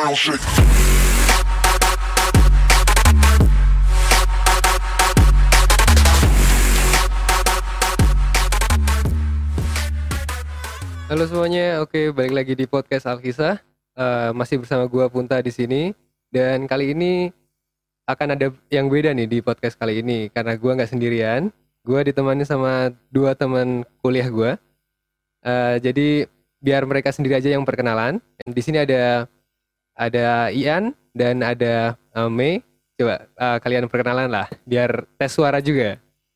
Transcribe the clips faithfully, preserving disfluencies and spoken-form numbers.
ground shake. Halo semuanya, oke balik lagi di podcast Alkisah. Uh, masih bersama gua Punta di sini dan kali ini akan ada yang beda nih di podcast kali ini karena gua nggak sendirian. Gua ditemani sama dua teman kuliah gua. Uh, jadi biar mereka sendiri aja yang perkenalan. Di sini ada ada Ian dan ada uh, Mei. Coba uh, kalian perkenalan lah, biar tes suara juga.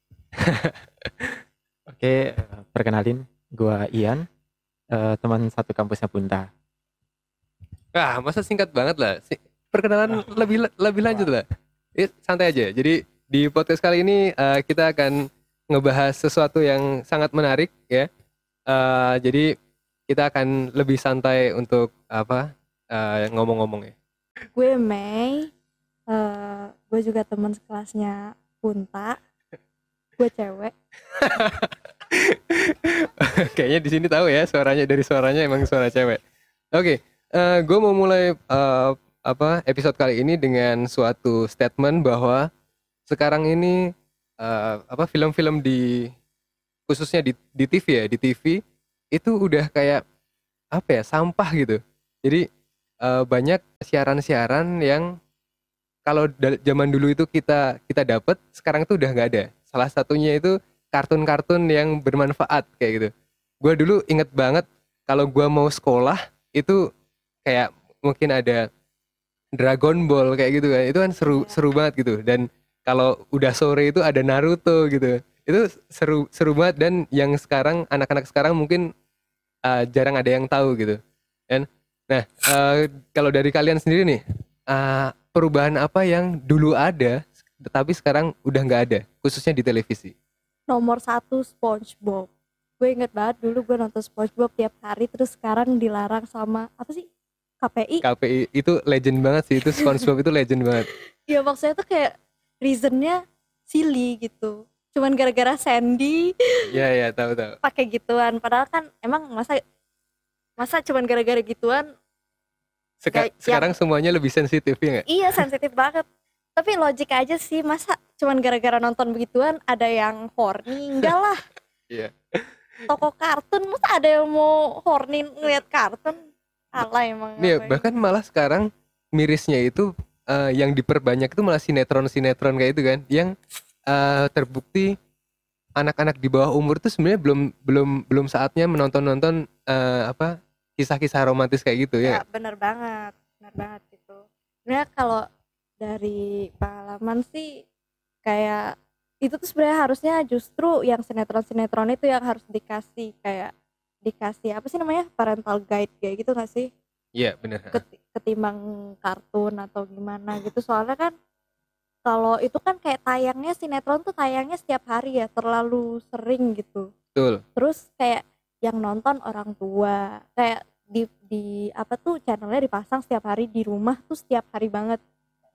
Oke, perkenalin, gua Ian. Uh, teman satu kampusnya Punta. Ah, masa singkat banget lah. Si- perkenalan lebih lebih lanjut lah. Eh, santai aja. Jadi di podcast kali ini uh, kita akan ngebahas sesuatu yang sangat menarik ya. Uh, jadi kita akan lebih santai untuk apa uh, ngomong-ngomong ya. Gue Mei, uh, gue juga teman sekelasnya Punta. Gue cewek. Kayaknya di sini tahu ya suaranya, dari suaranya emang suara cewek. Oke, uh, gue mau mulai uh, apa episode kali ini dengan suatu statement bahwa sekarang ini uh, apa film-film di khususnya di, di T V ya, di T V itu udah kayak apa ya, sampah gitu. Jadi uh, banyak siaran-siaran yang kalau da- zaman dulu itu kita kita dapat, sekarang itu udah nggak ada. Salah satunya itu kartun-kartun yang bermanfaat kayak gitu. Gue dulu inget banget kalau gue mau sekolah itu kayak mungkin ada Dragon Ball kayak gitu kan. Itu kan seru seru banget gitu. Dan kalau udah sore itu ada Naruto gitu. Itu seru seru banget dan yang sekarang anak-anak sekarang mungkin uh, jarang ada yang tahu gitu. Dan nah uh, kalau dari kalian sendiri nih, uh, perubahan apa yang dulu ada tetapi sekarang udah nggak ada, khususnya di televisi? Nomor satu SpongeBob. Gue inget banget dulu gue nonton SpongeBob tiap hari, terus sekarang dilarang sama apa sih, K P I. K P I itu legend banget sih, itu SpongeBob itu legend banget. Ya maksudnya tuh kayak reasonnya silly gitu, cuman gara-gara Sandy Iya iya, tahu tahu. pakai gituan. Padahal kan emang masa masa cuman gara-gara gituan. Seka- Kayak sekarang semuanya lebih sensitif ya nggak? Iya, sensitif banget. Tapi logik aja sih, masa cuman gara-gara nonton begituan ada yang horny? Enggak lah. Iya. Toko kartun, masa ada yang mau horny ngeliat kartun? Alay emang. Nih ngapain. bahkan malah sekarang mirisnya itu uh, yang diperbanyak itu malah sinetron-sinetron kayak itu kan, yang uh, terbukti anak-anak di bawah umur tuh sebenarnya belum belum belum saatnya menonton-nonton uh, apa kisah-kisah romantis kayak gitu ya. Ya, bener banget, bener banget gitu. Sebenarnya kalau dari pengalaman sih kayak itu tuh sebenarnya harusnya justru yang sinetron-sinetron itu yang harus dikasih kayak dikasih apa sih namanya, parental guide kayak gitu nggak sih? Iya benar. Ket- ketimbang kartun atau gimana gitu, soalnya kan kalau itu kan kayak tayangnya sinetron tuh tayangnya setiap hari ya, terlalu sering gitu. Betul. Terus kayak yang nonton orang tua, kayak di di apa tuh channelnya dipasang setiap hari di rumah tuh setiap hari banget.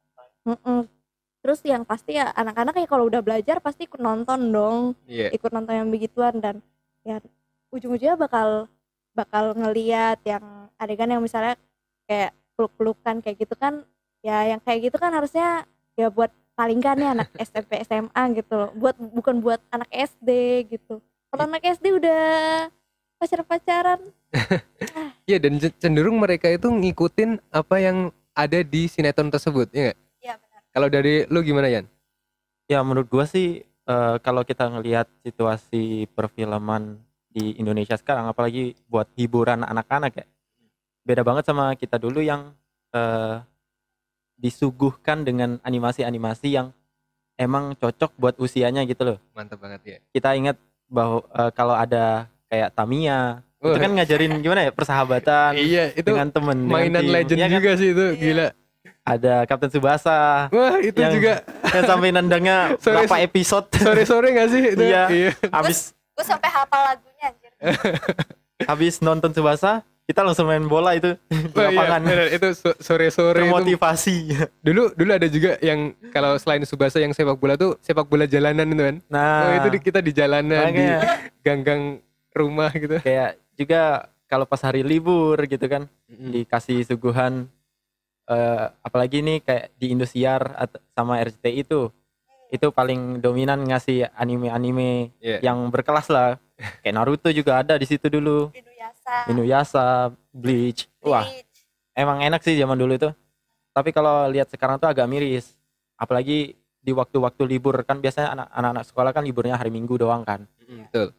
Mm-mm. Terus yang pasti ya anak-anak ya kalau udah belajar pasti ikut nonton dong, Iya. ikut nonton yang begituan, dan ya ujung-ujungnya bakal bakal ngeliat yang adegan yang misalnya kayak peluk-pelukan kayak gitu kan, ya yang kayak gitu kan harusnya ya buat paling kan ya anak S M P S M A gitu loh, buat bukan buat anak S D gitu. Kalau anak S D udah pacar-pacaran. Iya, dan c- cenderung mereka itu ngikutin apa yang ada di sinetron tersebut, ya nggak? Iya benar. Kalau dari lu gimana, Yan? Ya menurut gua sih eh, kalau kita ngelihat situasi perfilman di Indonesia sekarang, apalagi buat hiburan anak-anak ya, beda banget sama kita dulu yang eh, disuguhkan dengan animasi-animasi yang emang cocok buat usianya gitu loh. Mantap banget ya. Kita ingat bahwa eh, kalau ada kayak Tamiya, Wah. itu kan ngajarin gimana ya, persahabatan Iya, itu dengan temen, dengan mainan tim. legend Iya kan? juga sih itu, Iya. gila. Ada Kapten Tsubasa Wah, itu yang, juga yang sampai nendangnya Sore- berapa episode. sore-sore nggak sih itu? Iya. Habis Gue sampai hafal lagunya anjir. habis nonton Tsubasa, kita langsung main bola itu di Wah, iya, lapangan. bener. Itu so- sore-sore itu. Termotivasi. Dulu dulu ada juga yang kalau selain Tsubasa yang sepak bola tuh sepak bola jalanan itu kan. Nah, Oh, itu di- kita di jalanan, di makanya gang-gang rumah gitu. kayak juga kalau pas hari libur gitu kan, Mm. dikasih suguhan Eh, apalagi nih kayak di Indosiar at- sama R C T I itu itu paling dominan ngasih anime-anime Iya. yang berkelas lah. Kayak Naruto juga ada di situ dulu. Inuyasha, Inuyasha, Bleach. Wah, Bleach. emang enak sih zaman dulu itu. Tapi kalau lihat sekarang tuh agak miris. Apalagi di waktu-waktu libur kan biasanya anak- anak-anak sekolah kan liburnya hari Minggu doang kan. Mm, betul.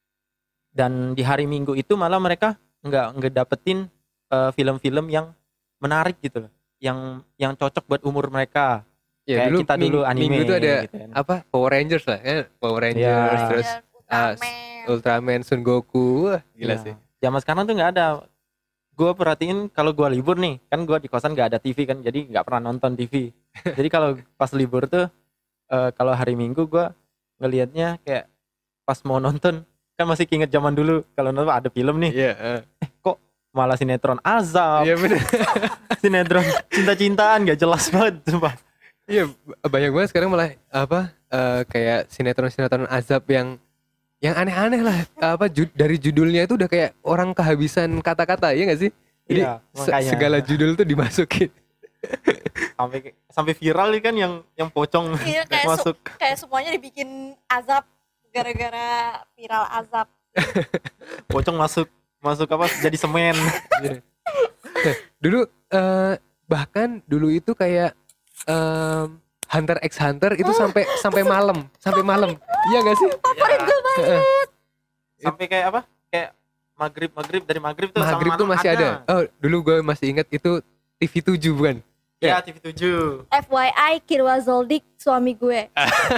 Dan di hari Minggu itu malah mereka nggak nggak dapetin eh, film-film yang menarik gitu loh. Yang yang cocok buat umur mereka. Ya Kayak dulu kita dulu ming- anime minggu tuh ada gitu kan. apa Power Rangers lah ya, Power Rangers Iya. terus Dan ah, Ultraman. Ultraman, Sun Goku, wah gila Iya. sih. Zaman sekarang tuh nggak ada. Gue perhatiin kalau gue libur nih, kan gue di kosan nggak ada T V kan, jadi nggak pernah nonton T V. Jadi kalau pas libur tuh, eh, kalau hari Minggu gue ngelihatnya kayak pas mau nonton, kan masih keinget zaman dulu kalau nonton ada film nih, Iya, eh. kok malah sinetron azab, Iya bener. sinetron cinta-cintaan nggak jelas banget, sumpah. Iya, b- banyak banget sekarang malah apa eh, kayak sinetron-sinetron azab yang yang aneh-aneh lah. Apa ju- dari judulnya itu udah kayak orang kehabisan kata-kata, ya nggak sih? Jadi Iya, se- makanya. segala judul tuh dimasukin. Sampai sampai viral nih kan yang yang pocong Iya, kayak masuk. kayak semuanya dibikin azab gara-gara viral azab. Pocong masuk masuk apa jadi semen. Nah, dulu eh, bahkan dulu itu kayak em, Hunter x Hunter itu sampai sampai malam, sampai malam. Iya nggak sih? Favorit gue banget. Sampai kayak apa? Kayak maghrib maghrib dari maghrib tuh Maghrib sama tuh malam masih ada. Oh, dulu gue masih ingat itu T V tujuh bukan? Ya, T V tujuh. F Y I Kirwa Zoldyck suami gue.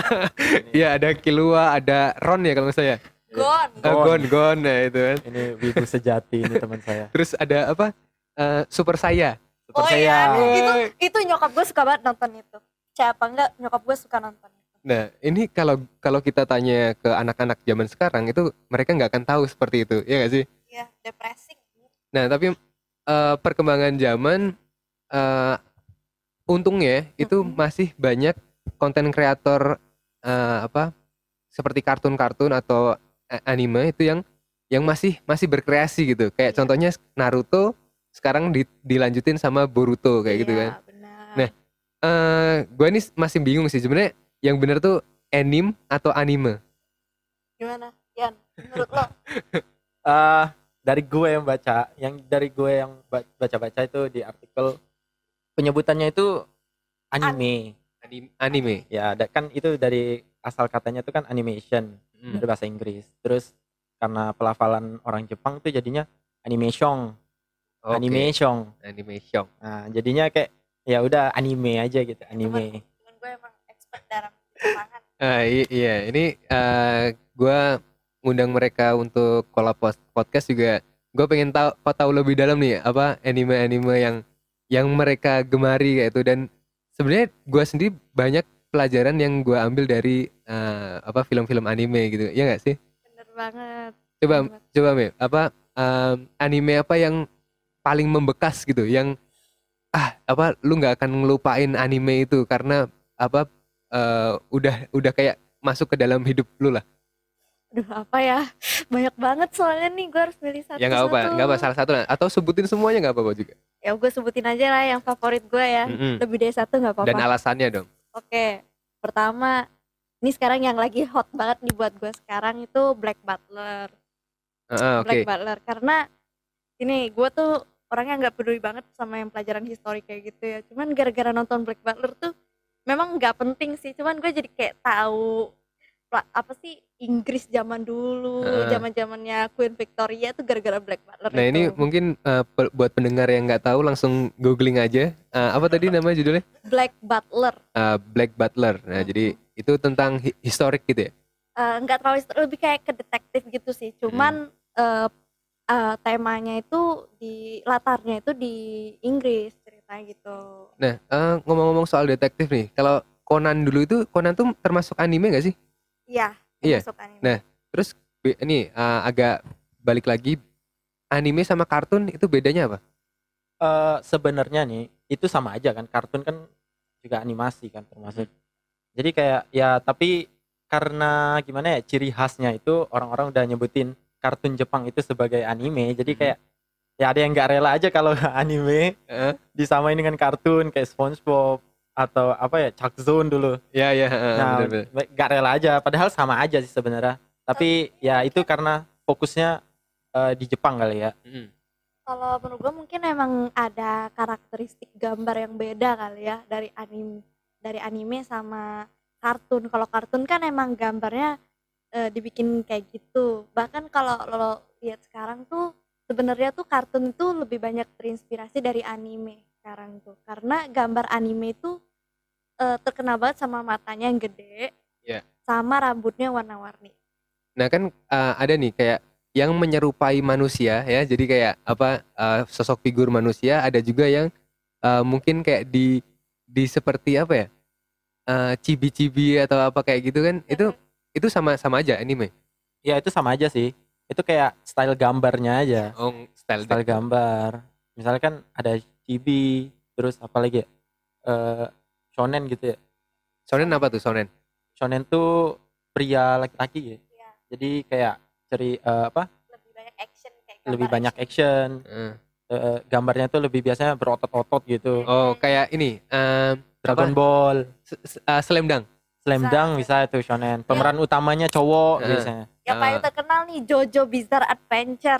Iya, ada Killua, ada Ron ya kalau nggak salah ya. Gon. Eh, Gon, Gon ya itu kan. Ini wibu sejati ini teman saya. Terus ada apa? Eh, Super Saya. Super Oh saya. iya, itu Woi. itu nyokap gue suka banget nonton itu. Siapa enggak nyokap gue suka nonton itu. Nah, ini kalau kalau kita tanya ke anak-anak zaman sekarang itu mereka nggak akan tahu seperti itu, ya nggak sih? Iya, depressing. Nah, tapi eh, perkembangan zaman eh, untungnya itu Mm-mm. masih banyak konten kreator eh, apa seperti kartun-kartun atau a- anime itu yang yang masih masih berkreasi gitu. Kayak Iya. contohnya Naruto sekarang di- dilanjutin sama Boruto kayak gitu kan. Iya, benar. Nah, eh gue ini masih bingung sih sebenarnya yang benar tuh anime atau anime. Gimana? Yan, menurut lo? Eh, dari gue yang baca, yang dari gue yang ba- baca-baca itu di artikel penyebutannya itu anime. Anime. Anime. Ya, ada kan itu dari asal katanya itu kan animation Hmm. dari bahasa Inggris. Terus karena pelafalan orang Jepang tuh jadinya animation, Oke. animation. Animation. Nah, jadinya kayak ya udah anime aja gitu, anime. Temen gue emang expert dalam Jepangan. Ah, i- iya, ini eh gue ngundang mereka untuk collab pos- podcast juga. Gue pengen tahu tahu lebih dalam nih apa anime-anime yang yang mereka gemari kayak itu, dan sebenarnya gue sendiri banyak pelajaran yang gue ambil dari eh, apa film-film anime gitu, ya nggak sih? Bener banget. Coba Bener. coba Me, apa em, anime apa yang paling membekas gitu, yang ah apa lu nggak akan ngelupain anime itu karena apa eh, udah udah kayak masuk ke dalam hidup lu lah. Aduh, apa ya? Banyak banget soalnya nih, gue harus milih satu. Ya nggak apa, nggak apa, salah satu lah. Atau sebutin semuanya nggak apa-apa juga. Ya gue sebutin aja lah yang favorit gue ya. Mm-mm. Lebih dari satu nggak apa-apa. Dan alasannya dong. Oke, pertama, ini sekarang yang lagi hot banget nih buat gue sekarang itu Black Butler. Heeh, oke. Black Butler karena ini gue tuh orangnya nggak peduli banget sama yang pelajaran histori kayak gitu ya. Cuman gara-gara nonton Black Butler tuh memang nggak penting sih. Cuman gue jadi kayak tahu pla- apa sih Inggris zaman dulu, Heeh. zaman zamannya Queen Victoria tuh gara-gara Black Butler Nah itu. ini mungkin eh, pe- buat pendengar yang nggak tahu langsung googling aja. Eh, apa tadi nama judulnya? Black Butler. Eh, Black Butler. Nah Mhm. jadi itu tentang hi- historik gitu ya. Eh, nggak terlalu histori, lebih kayak ke detektif gitu sih. Cuman eh, eh, temanya itu di latarnya itu di Inggris ceritanya gitu. Nah eh, ngomong-ngomong soal detektif nih, kalau Conan dulu itu Conan tuh termasuk anime nggak sih? Iya, Iya. masuk anime. Nah, Terus be- ini eh, agak balik lagi, anime sama kartun itu bedanya apa? Eh sebenarnya nih itu sama aja kan, kartun kan juga animasi kan termasuk. Jadi kayak ya tapi karena gimana ya, ciri khasnya itu orang-orang udah nyebutin kartun Jepang itu sebagai anime, jadi Mhm. kayak ya ada yang nggak rela aja kalau anime Heeh. disamain dengan kartun kayak SpongeBob atau apa ya Chuck Zone dulu. Ya ya, heeh, Nah, benar-benar. nggak rela aja. Padahal sama aja sih sebenarnya. Tapi ya itu karena fokusnya eh, di Jepang kali ya. Mm. Kalau menurut gue mungkin emang ada karakteristik gambar yang beda kali ya dari anime dari anime sama kartun. Kalau kartun kan emang gambarnya eh, dibikin kayak gitu. Bahkan kalau lo lihat sekarang tuh sebenarnya tuh kartun itu lebih banyak terinspirasi dari anime sekarang tuh. Karena gambar anime itu eh, terkenal banget sama matanya yang gede, Ya. sama rambutnya warna-warni. Nah kan uh, ada nih kayak yang menyerupai manusia ya, jadi kayak apa uh, sosok figur manusia, ada juga yang uh, mungkin kayak di di seperti apa ya, uh, cibi-cibi atau apa kayak gitu kan, itu itu sama sama aja anime. Ya itu sama aja sih. Itu kayak style gambarnya aja. Oh, style Style deck. gambar. Misalnya kan ada chibi, terus apa lagi ya? Eh, shonen gitu ya. Shonen apa tuh shonen? Shonen tuh pria laki-laki ya. Iya. Jadi kayak ceri eh, apa? Lebih banyak action kayak Lebih gambar banyak action. action. Uh. Eh, gambarnya tuh lebih biasanya berotot-otot gitu. Oh kayak ini um, Dragon apa? Ball, S- s- uh, Slam Dunk. Slam Bisa, Dunk bisa. bisa itu shonen. Pemeran utamanya cowok Eh. biasanya. Yang paling Ah. terkenal nih Jojo Bizarre Adventure.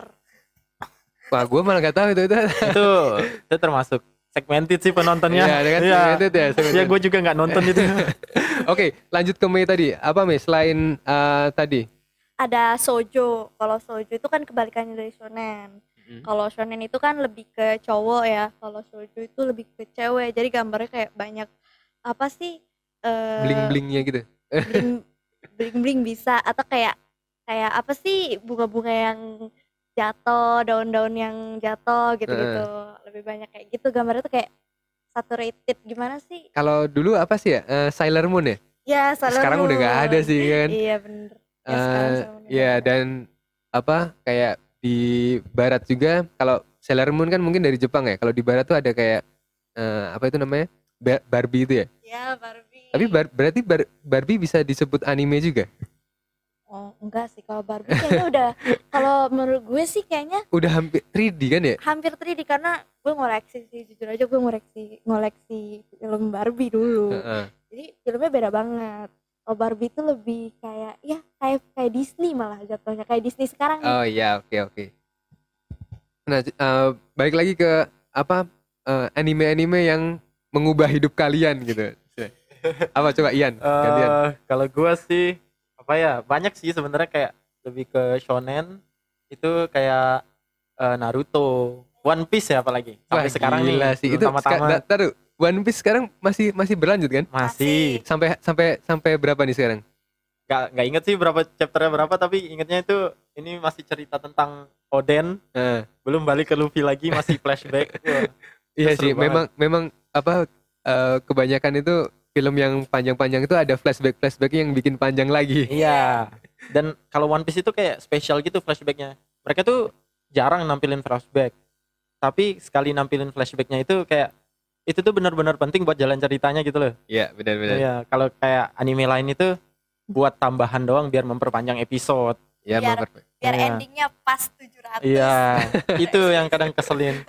Wah gue malah gak tahu itu itu. itu itu termasuk segmented sih penontonnya. Iya, ada kan Iya. segmented ya, segmented. Ya gue juga nggak nonton itu. Oke, lanjut ke Mei tadi. Apa Mei selain uh, tadi? Ada Shoujo. Kalau Shoujo itu kan kebalikannya dari shonen. Hmm. Kalau shonen itu kan lebih ke cowok ya. Kalau Shoujo itu lebih ke cewek. Jadi gambarnya kayak banyak apa sih? eh, Bling-blingnya gitu. bling bling bling bisa atau kayak kayak apa sih bunga-bunga yang jatuh, daun-daun yang jatuh gitu-gitu. Lebih banyak kayak gitu gambarnya tuh kayak saturated gimana sih? Kalau dulu apa sih ya? Eh, Sailor Moon ya? Ya, Sailor Sekarang udah nggak ada Moon. sih kan? Iya bener. Ya, Eh, sekarang Sailor Moon udah ya nggak ada. dan apa kayak di barat juga kalau Sailor Moon kan mungkin dari Jepang ya. Kalau di barat tuh ada kayak eh, apa itu namanya? Ba- Barbie itu ya. Ya Barbie. Tapi bar- berarti bar- Barbie bisa disebut anime juga. Oh enggak sih, kalau Barbie kayaknya udah, kalau menurut gue sih kayaknya Udah hampir tiga D kan ya? hampir tiga D karena gue ngoleksi sih, jujur aja gue ngoleksi ngoleksi film Barbie dulu. Heeh. Jadi filmnya beda banget. Kalau Barbie itu lebih kayak ya kayak kayak Disney malah jatuhnya, kayak Disney sekarang nih. Oh iya, oke oke. Nah, j- eh, balik lagi ke apa eh, anime-anime yang mengubah hidup kalian gitu. Apa coba Ian? Gantian. Eh, kalau gua sih apa ya banyak sih sebenarnya kayak lebih ke shonen itu kayak eh, Naruto, One Piece ya apalagi sampai Wah, sekarang gila nih sih. belum Itu tamat-tamat. seka- taruh, One Piece sekarang masih masih berlanjut kan? Masih Sampai sampai sampai berapa nih sekarang? nggak nggak inget sih berapa chapternya berapa tapi ingetnya itu ini masih cerita tentang Oden, Eh, belum balik ke Luffy lagi masih flashback. Wah, iya seru sih, banget. memang memang apa eh, kebanyakan itu film yang panjang-panjang itu ada flashback-flashback yang bikin panjang lagi. Iya. Dan kalau One Piece itu kayak spesial gitu flashbacknya. Mereka tuh jarang nampilin flashback. Tapi sekali nampilin flashbacknya itu kayak itu tuh benar-benar penting buat jalan ceritanya gitu loh. Iya, benar-benar. Iya. Kalau kayak anime lain itu buat tambahan doang biar memperpanjang episode. Ya, Biar- memper- Biar Iya. endingnya pas tujuh ratus. Iya. Itu yang kadang keselin.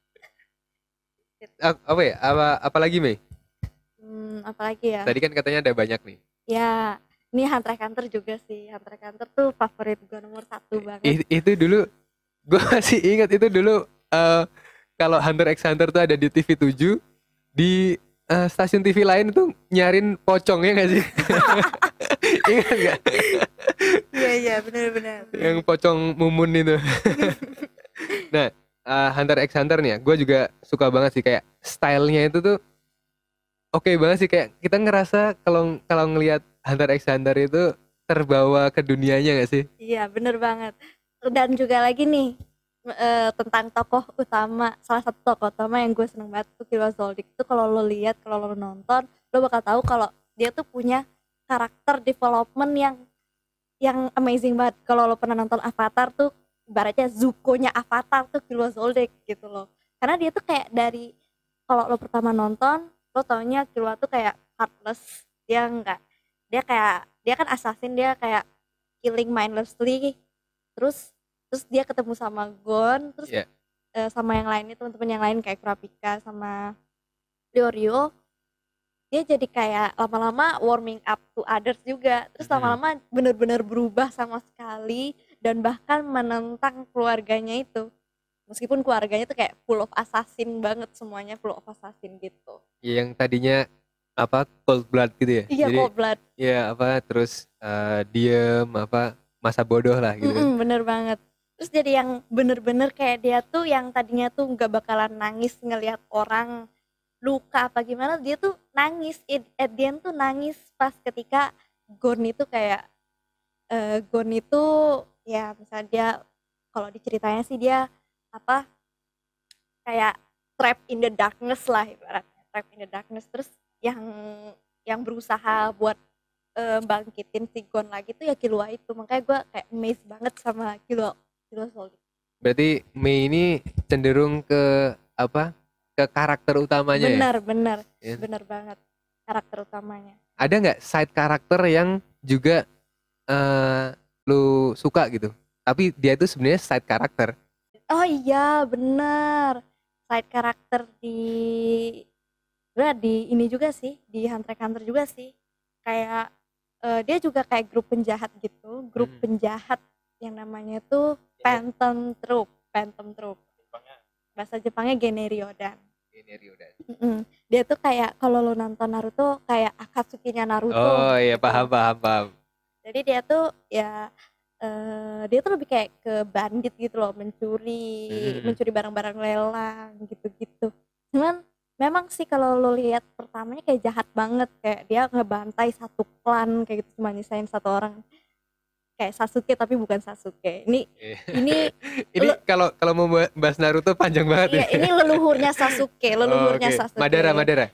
A- apa ya? Apa apalagi Mei? Hmm, apalagi ya? Tadi kan katanya ada banyak nih. Ya, ini Hunter x Hunter juga sih. Hunter x Hunter tuh favorit gue nomor satu banget. I- itu dulu gue masih ingat itu dulu eh, kalau Hunter x Hunter tuh ada di T V tujuh di eh, stasiun T V lain tuh nyarin pocongnya nggak sih? Ingat nggak? Iya iya benar-benar. Yang pocong mumun itu. Nah, eh, Hunter x Hunter nih ya, gue juga suka banget sih kayak stylenya itu tuh oke banget sih kayak kita ngerasa kalau kalau ngelihat Hunter x Hunter itu terbawa ke dunianya nggak sih? Iya bener banget. Dan juga lagi nih eh, tentang tokoh utama, salah satu tokoh utama yang gue seneng banget tuh Killua Zoldyck tuh kalau lo lihat, kalau lo nonton, lo bakal tahu kalau dia tuh punya karakter development yang yang amazing banget. Kalau lo pernah nonton Avatar tuh ibaratnya Zuko-nya Avatar tuh Killua Zoldyck gitu loh. Karena dia tuh kayak dari kalau lo pertama nonton, lo taunya Killua tuh kayak heartless, dia enggak, dia kayak dia kan assassin, dia kayak killing mindlessly, terus terus dia ketemu sama Gon, terus Iya. eh, sama yang lainnya teman-teman yang lain kayak Kurapika sama Ryoryuo, dia jadi kayak lama-lama warming up to others juga, terus Mhm. lama-lama bener-bener berubah sama sekali dan bahkan menentang keluarganya itu, meskipun keluarganya tuh kayak full of assassin banget, semuanya full of assassin gitu. Ya, yang tadinya apa cold blood gitu ya. Iya, Jadi cold blood. ya apa terus eh, diem apa masa bodoh lah gitu kan. Mm-mm, bener banget. Terus jadi yang bener-bener kayak dia tuh yang tadinya tuh nggak bakalan nangis ngelihat orang luka apa gimana, dia tuh nangis at, at the end tuh nangis pas ketika Gon itu kayak eh, Gon itu ya misalnya dia, kalau diceritanya sih dia apa kayak trap in the darkness lah ibaratnya, trap in the darkness, terus yang yang berusaha buat eh, bangkitin si Gon lagi tuh ya Killua itu, makanya gue kayak amazed banget sama Killua Killua Soul. Berarti Mei ini cenderung ke apa? Ke karakter utamanya ya. Benar benar Ya. benar banget karakter utamanya. Ada nggak side karakter yang juga eh lu suka gitu? Tapi dia itu sebenarnya side karakter. Oh iya benar, side karakter di sebenarnya di ini juga sih, di Hunter x Hunter juga sih, kayak eh, dia juga kayak grup penjahat gitu, grup Hmm. penjahat yang namanya tuh Phantom Troop, Phantom Troop, bahasa Jepangnya Generiodan. Mm-mm. Dia tuh kayak kalau lo nonton Naruto kayak Akatsuki-nya Naruto Oh iya gitu. paham paham paham. Jadi dia tuh ya eh, dia tuh lebih kayak ke bandit gitu loh, mencuri, Hmm. mencuri barang-barang lelang gitu-gitu. Cuman memang sih kalau lo lihat pertamanya kayak jahat banget, kayak dia ngebantai satu klan kayak gitu, cuma nyisain satu orang kayak Sasuke tapi bukan Sasuke. Ini Iya. ini Ini Lu- kalau kalau mau bahas Naruto panjang banget iya, ini. ini leluhurnya Sasuke, leluhurnya Oh, oke. Sasuke. Madara Madara.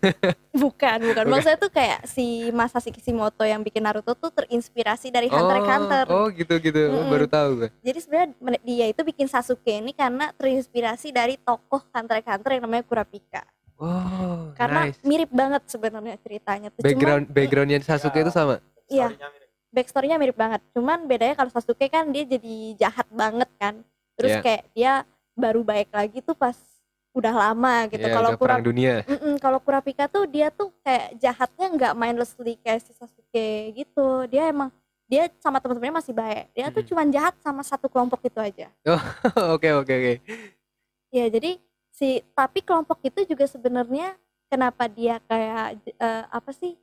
Bukan, bukan. Bukan. Maksudnya tuh kayak si Masashi Kishimoto yang bikin Naruto tuh terinspirasi dari Hunter x Oh, Hunter. oh gitu gitu. Oh, Mm-mm. baru tahu gue. Jadi sebenarnya men- dia itu bikin Sasuke ini karena terinspirasi dari tokoh Hunter x Hunter yang namanya Kurapika. Oh, Karena nice. mirip banget sebenarnya ceritanya tuh. Background Cuman, backgroundnya Sasuke itu sama. iya, backstory-nya mirip banget. Cuman bedanya kalau Sasuke kan dia jadi jahat banget kan. Terus Iya. kayak dia baru baik lagi tuh pas udah lama gitu. Ya, Kalau udah perang Kurapika dunia. Mm-mm, kalau Kurapika tuh dia tuh kayak jahatnya nggak mindlessly kayak si Sasuke gitu. Dia emang dia sama teman-temannya masih baik. Dia tuh Mm-mm. cuma jahat sama satu kelompok itu aja. Oke oke oke. Ya jadi si tapi kelompok itu juga sebenarnya kenapa dia kayak eh, apa sih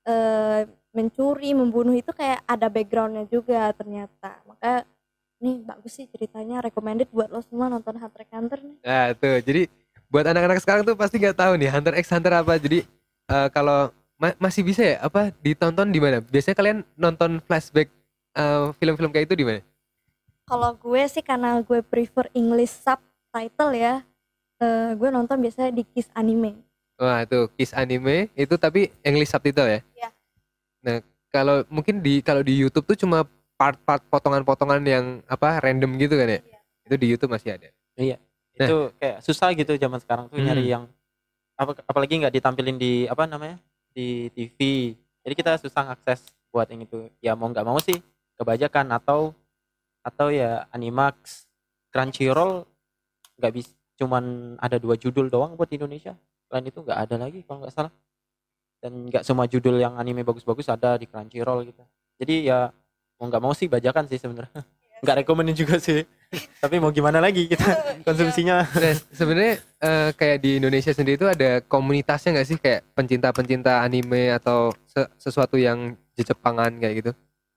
eh, mencuri, membunuh itu kayak ada backgroundnya juga ternyata. Maka nih bagus sih ceritanya, recommended buat lo semua nonton Hunter x Hunter nih. Nah tuh, jadi buat anak-anak sekarang tuh pasti nggak tahu nih Hunter x Hunter apa. Jadi eh, kalau ma- masih bisa ya apa ditonton di mana? Biasanya kalian nonton flashback eh, film-film kayak itu di mana? Kalau gue sih karena gue prefer English subtitle ya, eh, gue nonton biasanya di Kiss Anime. Wah tuh Kiss Anime itu tapi English subtitle ya. Iya. Nah kalau mungkin di kalau di YouTube tuh cuma part-part potongan-potongan yang apa random gitu kan ya. Iya. Itu di YouTube masih ada. Iya. Nah. Itu kayak susah gitu zaman sekarang tuh Hmm. nyari yang apa apalagi nggak ditampilin di apa namanya? Di T V. Jadi kita susah ngakses buat yang itu. Ya mau nggak mau sih kebajakan atau atau ya Animax, Crunchyroll nggak bisa, cuman ada dua judul doang buat Indonesia. Selain itu nggak ada lagi kalau nggak salah. Dan nggak semua judul yang anime bagus-bagus ada di Crunchyroll gitu. Jadi ya mau nggak mau sih bajakan sih sebenarnya. Nggak rekomenin juga sih. Tapi mau gimana lagi kita konsumsinya. Nah, sebenarnya eh, kayak di Indonesia sendiri itu ada komunitasnya nggak sih kayak pencinta-pencinta anime atau se- sesuatu yang Jepangan kayak gitu?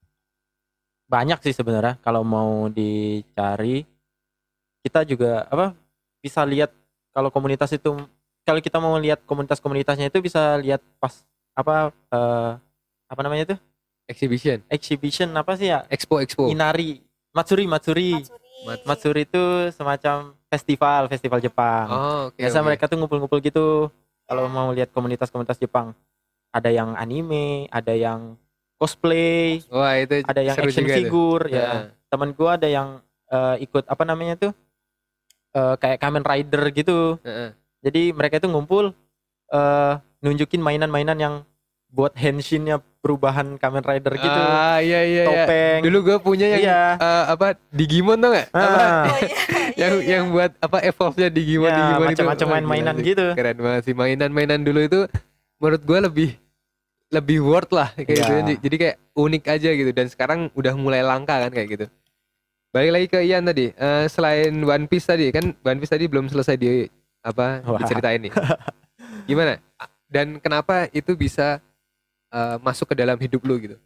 Banyak sih sebenarnya kalau mau dicari. Kita juga apa bisa lihat kalau komunitas itu, kalau kita mau lihat komunitas-komunitasnya itu bisa lihat pas apa eh, apa namanya itu? Exhibition, Exhibition apa sih ya? expo, expo. Inari, Matsuri, Matsuri. Mat- Matsuri itu semacam festival, festival Jepang. Oh, oke. Biasa oke. mereka tuh ngumpul-ngumpul gitu. Kalau mau lihat komunitas-komunitas Jepang, ada yang anime, ada yang cosplay, Wah, itu ada yang seru action juga tuh. figure. Heeh. Ya, teman gua ada yang eh, ikut apa namanya tuh eh, kayak Kamen Rider gitu. Heeh. Jadi mereka itu ngumpul eh, nunjukin mainan-mainan yang buat henshinnya perubahan Kamen Rider gitu. Ah iya iya. iya. Topeng. Dulu gue punya yang Iya. eh, apa Digimon tuh nggak? Apa Ah, Oh iya. yang iya, iya. yang buat apa evolve-nya Digimon Ya, Digimon itu. macam-macam Wah, main-mainan gila sih. gitu. Keren banget sih mainan-mainan dulu itu menurut gue lebih lebih worth lah kayak Iya. gitu. Jadi kayak unik aja gitu dan sekarang udah mulai langka kan kayak gitu. Balik lagi ke Ian tadi. Eh, selain One Piece tadi kan One Piece tadi belum selesai di apa Wah. diceritain nih. Gimana? Dan kenapa itu bisa eh, masuk ke dalam hidup lu gitu?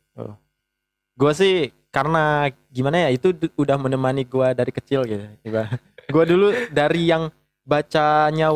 Gue sih karena gimana ya itu du- udah menemani gue dari kecil gitu. Gue dulu dari yang bacanya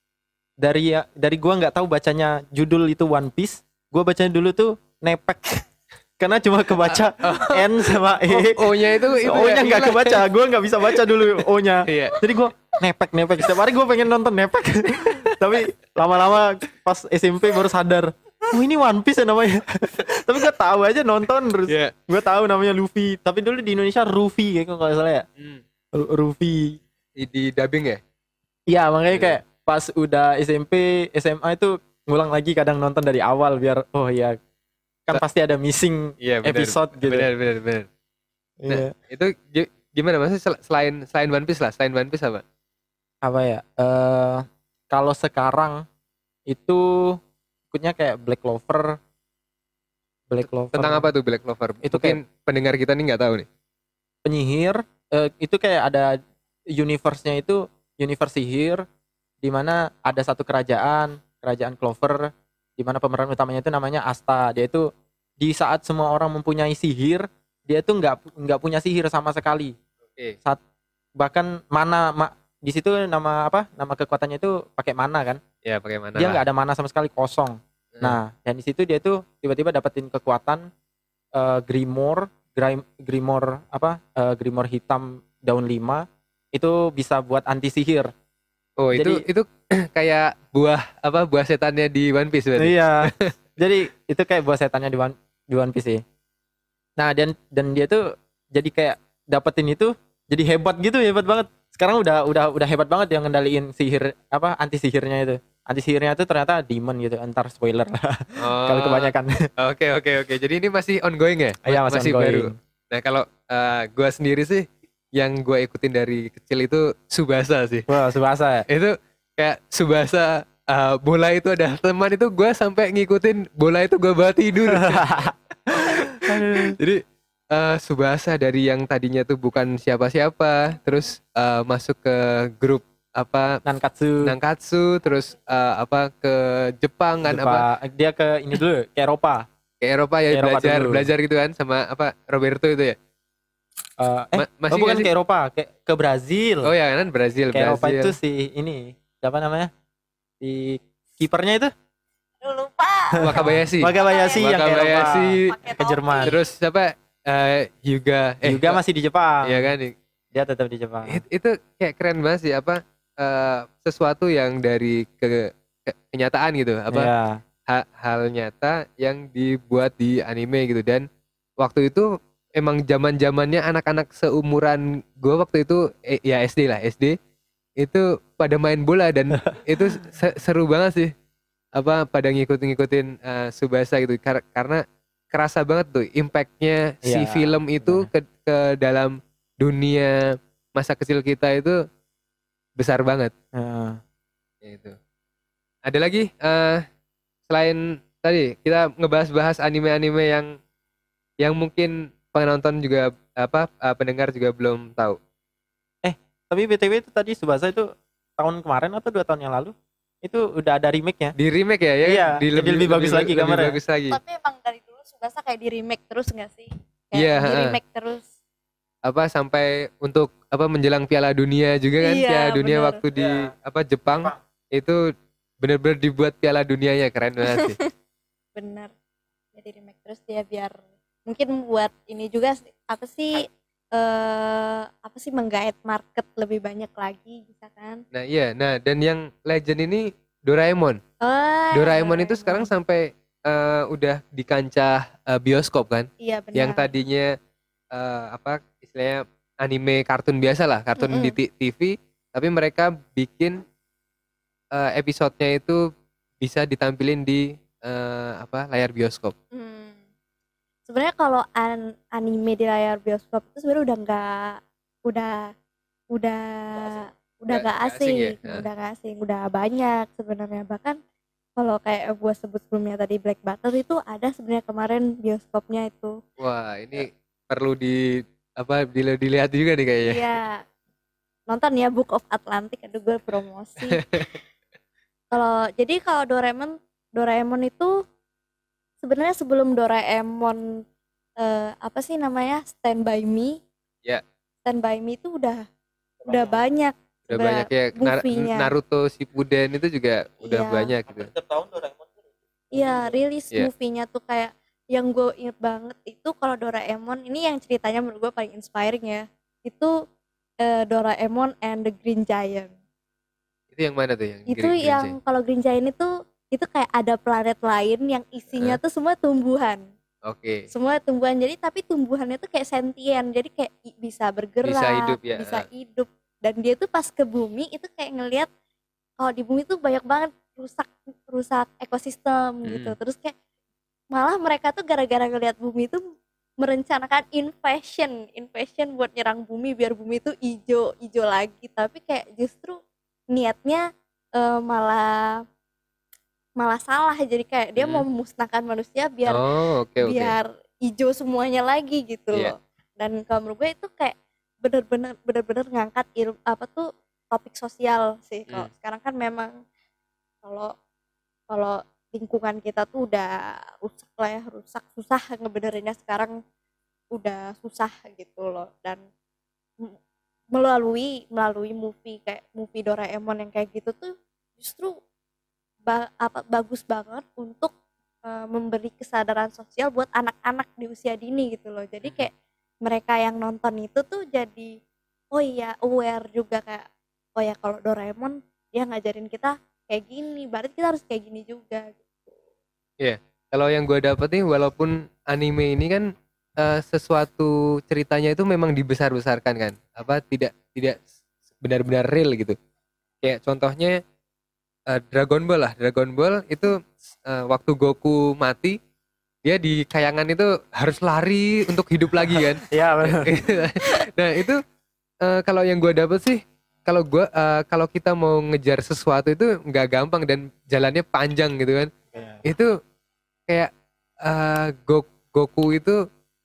dari ya- dari gue nggak tahu bacanya judul itu One Piece, gue bacanya dulu tuh nepek karena cuma kebaca N sama E. Oh, O-nya itu itu O-nya ya, nggak hilang. kebaca, gue nggak bisa baca dulu O-nya. Iya. Jadi gue nepek nepek setiap hari gue pengen nonton nepek. Tapi lama-lama pas S M P baru sadar, oh ini One Piece ya namanya. Tapi gue tahu aja nonton terus. Iya. Gue tahu namanya Luffy. Tapi dulu di Indonesia Ruffy kayak kalau nggak salah ya. Hmm. Ru- Ruffy. Di, di dubbing ya? Iya makanya Iya. kayak pas udah S M P S M A itu ngulang lagi kadang nonton dari awal biar oh ya kan Ta- pasti ada missing Iya benar. episode gitu. Benar benar benar. Nah, Iya. itu gi- gimana maksudnya sel- selain selain One Piece lah, selain One Piece apa? Apa ya? Eh kalau sekarang itu ikutnya kayak Black Clover. Black Clover. Tentang apa tuh Black Clover? Itu Mungkin pendengar kita nih nggak tahu nih. Penyihir. Eh, itu kayak ada universe-nya itu universe sihir di mana ada satu kerajaan, kerajaan Clover di mana pemeran utamanya itu namanya Asta. Dia itu di saat semua orang mempunyai sihir, dia itu nggak nggak punya sihir sama sekali. Oke. Saat bahkan mana ma- di situ nama apa? Nama kekuatannya itu pakai mana kan? Ya pakai mana? Dia lah. nggak ada mana sama sekali, kosong. Hmm. Nah, dan di situ dia tuh tiba-tiba dapetin kekuatan eh, Grimoire, Grim- Grimoire apa? eh, Grimoire hitam daun lima itu bisa buat anti sihir. Oh itu jadi- itu kayak buah apa buah setannya di One Piece berarti? Iya. Jadi itu kayak buah setannya di One, di One Piece sih. Nah, dan dan dia tuh jadi kayak dapetin itu jadi hebat gitu, hebat banget. Sekarang udah udah udah hebat banget yang ngendaliin sihir apa anti sihirnya itu. Anti sihirnya itu ternyata demon gitu. Entar spoiler Oh, kalau kebanyakan. Oke oke oke. Jadi ini masih ongoing ya? Iya, masih ongoing. baru. Nah kalau eh, gua sendiri sih yang gua ikutin dari kecil itu Tsubasa sih. Wah, Subasa ya. Itu kayak Tsubasa eh, bola itu ada teman itu gua sampai ngikutin bola itu gua bawa tidur. Jadi eh Tsubasa dari yang tadinya tuh bukan siapa-siapa, terus eh, masuk ke grup apa Nankatsu. Nankatsu, terus eh, apa ke Jepang kan apa Jepang. Dia ke ini dulu ke Eropa. ke Eropa ya Ke Eropa belajar dulu. belajar gitu kan sama apa Roberto itu ya. Eh, eh Ma- masih oh, bukan nggak sih? ke Eropa, ke ke Brazil. Oh ya kan Brazil, Ke Eropa Brazil. itu si ini siapa namanya? Si kipernya itu Aduh, lupa. Wakabayashi. Wakabayashi yang ke Eropa. Wakabayashi. Pakai ke Jerman. topi. Terus siapa eh Hyuga eh juga masih di Jepang. Iya kan Dia tetap di Jepang. It- itu kayak keren banget sih apa eh, sesuatu yang dari ke, ke- kenyataan gitu apa Iya. ha- hal nyata yang dibuat di anime gitu dan waktu itu emang zaman zamannya anak-anak seumuran gue waktu itu eh, ya S D lah S D itu pada main bola dan itu se- seru banget sih apa pada ngikut-ngikutin eh, Tsubasa gitu Kar- karena kerasa banget tuh impactnya si Iya, film itu ke, ke dalam dunia masa kecil kita itu besar banget. Heeh. Itu. Ada lagi eh selain tadi kita ngebahas-bahas anime-anime yang yang mungkin penonton juga apa eh, pendengar juga belum tahu. Tapi B T W itu tadi Subasa itu tahun kemarin atau dua tahun yang lalu itu udah ada remake-nya. Di remake ya, ya Iya, di jadi lebih bagus lagi lebih gambarnya. bagus lagi. Tapi emang dari dulu Subasa kayak di remake terus nggak sih? Kayak Iya, di heeh. remake terus. Apa sampai untuk apa menjelang Piala Dunia juga kan Iya, Piala Dunia bener. waktu di Iya. apa Jepang Jepang. itu benar-benar dibuat Piala Dunianya keren banget sih. Bener. Jadi remake terus dia biar mungkin buat ini juga sih, apa sih eh apa sih menggait market lebih banyak lagi bisa kan? Nah iya, nah dan yang legend ini Doraemon. Oh, Doraemon itu sekarang sampai eh, udah di kancah eh, bioskop kan, iya benar. yang tadinya eh, apa istilahnya anime kartun biasa lah, kartun Mm-mm. di T- TV, tapi mereka bikin eh, episodenya itu bisa ditampilin di eh, apa layar bioskop. Hmm. Sebenarnya kalau an- anime di layar bioskop itu sebenarnya udah nggak udah udah udah Nggak- nggak nggak asing asing, ya? Nah. udah nggak asing, udah banyak sebenarnya. Bahkan kalau kayak gue sebut sebelumnya tadi Black Butter itu ada sebenarnya kemarin bioskopnya itu. Wah, ini perlu di apa dili- dilihat juga nih kayaknya. Iya, nonton ya Book of Atlantic, aduh gue promosi. Kalau jadi kalau Doraemon Doraemon itu sebenarnya sebelum Doraemon eh, apa sih namanya Stand by Me, Ya, Stand by Me itu udah udah banyak udah sebenarnya banyak ya. Nar- movie-nya. Naruto Shippuden itu juga udah Iya. banyak gitu. Setiap tahun Doraemon tuh Iya, rilis Iya. movie-nya tuh kayak yang gue inget banget itu kalau Doraemon ini yang ceritanya menurut gue paling inspiring ya. Itu eh, Doraemon and the Green Giant. Itu yang mana tuh yang Itu Green- Green yang Giant? kalau Green Giant itu itu kayak ada planet lain yang isinya tuh semua tumbuhan. Oke. Semua tumbuhan, jadi tapi tumbuhannya tuh kayak sentien, jadi kayak i- bisa bergerak, Bisa hidup ya. bisa hidup. Dan dia tuh pas ke bumi itu kayak ngelihat kalau di bumi tuh banyak banget rusak rusak ekosistem gitu. Hmm. Terus kayak malah mereka tuh gara-gara ngelihat bumi itu merencanakan invasion, invasion buat nyerang bumi biar bumi itu hijau hijau lagi. Tapi kayak justru niatnya eh, malah malah salah, jadi kayak dia Hmm. mau memusnahkan manusia biar Oh, oke oke. biar hijau semuanya lagi gitu Iya. loh. Dan kalau menurut gue itu kayak bener-bener bener-bener ngangkat ilmu apa tuh topik sosial sih. Kalau Hmm. sekarang kan memang kalau kalau lingkungan kita tuh udah rusak lah ya, rusak, susah ngebenerinnya sekarang, udah susah gitu loh. Dan m- melalui melalui movie kayak movie Doraemon yang kayak gitu tuh justru ba- apa bagus banget untuk eh, memberi kesadaran sosial buat anak-anak di usia dini gitu loh. Jadi kayak mereka yang nonton itu tuh jadi oh iya aware juga kayak oh ya kalau Doraemon dia ngajarin kita kayak gini, berarti kita harus kayak gini juga gitu. Kalau yang gue dapet nih, walaupun anime ini kan eh, sesuatu ceritanya itu memang dibesar-besarkan kan, apa tidak tidak benar-benar real gitu. Kayak contohnya eh, Dragon Ball lah, Dragon Ball itu eh, waktu Goku mati, dia di kayangan itu harus lari untuk hidup lagi kan. Iya benar. Nah itu eh, kalau yang gue dapet sih, kalau gua eh, kalau kita mau ngejar sesuatu itu nggak gampang dan jalannya panjang gitu kan. Itu kayak eh, Go- Goku itu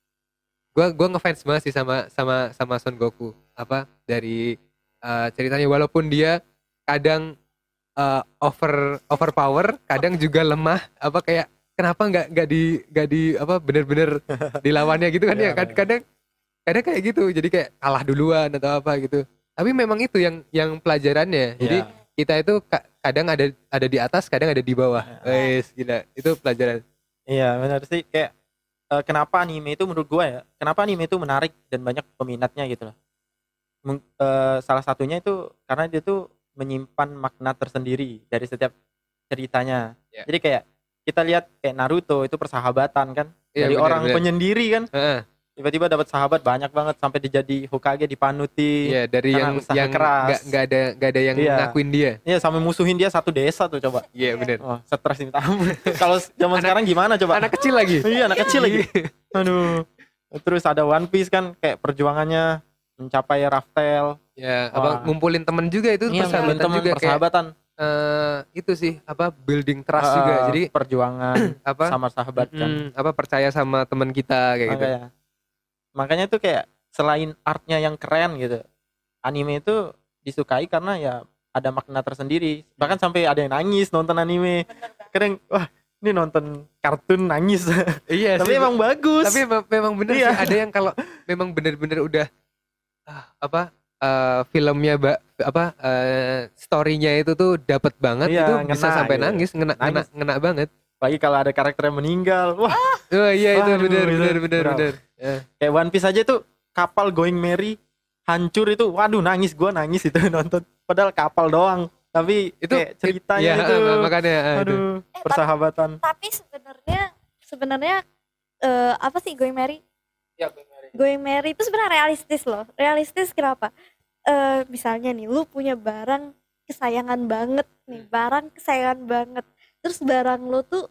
gua gua ngefans banget sih sama sama sama Son Goku, apa dari eh, ceritanya, walaupun dia kadang eh, over overpower, kadang juga lemah, apa kayak kenapa nggak nggak di nggak di apa bener-bener dilawannya gitu kan Iya, ya. Kad- kadang kadang kayak gitu, jadi kayak kalah duluan atau apa gitu. Tapi memang itu yang yang pelajarannya. Jadi Iya. kita itu ka- kadang ada ada di atas, kadang ada di bawah. Wes, gila. Itu pelajaran. Iya benar sih, kayak eh, kenapa anime itu menurut gua ya, kenapa anime itu menarik dan banyak peminatnya gitu loh. Mung- eh, salah satunya itu karena dia tuh menyimpan makna tersendiri dari setiap ceritanya. Ya. Jadi kayak kita lihat kayak Naruto itu persahabatan kan, Iya, dari benar, orang benar. penyendiri kan, Heeh. tiba-tiba dapat sahabat banyak banget sampai dijadi Hokage, dipanuti. Iya, dari karena yang usaha yang keras. nggak nggak ada nggak ada yang Iya. ngakuin dia. Iya, sampai musuhin dia satu desa tuh coba. Iya, benar. Wah, stres minta ampun. Kalau zaman sekarang gimana coba? Anak kecil lagi. Iya, anak kecil lagi. Aduh. Terus ada One Piece kan, kayak perjuangannya mencapai Raftel. Ya, Wah. apa ngumpulin temen juga itu Iya, persahabatan teman juga kayak persahabatan. eh, itu sih apa building trust Eh, juga. Jadi perjuangan apa sama sahabat kan. mm, apa percaya sama teman kita kayak gitu. Makanya. Makanya tuh kayak selain artnya yang keren gitu, anime itu disukai karena ya ada makna tersendiri. Bahkan sampai ada yang nangis nonton anime. Kadang wah, ini nonton kartun nangis. Iya Tapi sih, emang bagus. tapi emang, memang bener Iya. sih, ada yang kalau memang bener-bener udah ah, apa eh, filmnya ba- apa eh, story-nya itu tuh dapat banget, Iya, itu bisa ngena sampai gitu. nangis, ngena, ngena Nangis. ngena banget. Lagi kalau ada karakter yang meninggal. Wah, Oh iya itu Waduh, bener itu bener bener berat. bener. Ya. kayak One Piece aja tuh kapal Going Merry hancur itu. Waduh, nangis gua nangis itu nonton. Padahal kapal doang. Tapi Itu kayak ceritanya iya, itu. ah, makanya ah, itu. Aduh, Eh, persahabatan. Tapi sebenarnya sebenarnya eh, apa sih Going Merry? Ya, Going Merry. Going Merry itu sebenarnya realistis loh. Realistis kenapa? Eh misalnya nih lu punya barang kesayangan banget nih, barang kesayangan banget. Terus barang lu tuh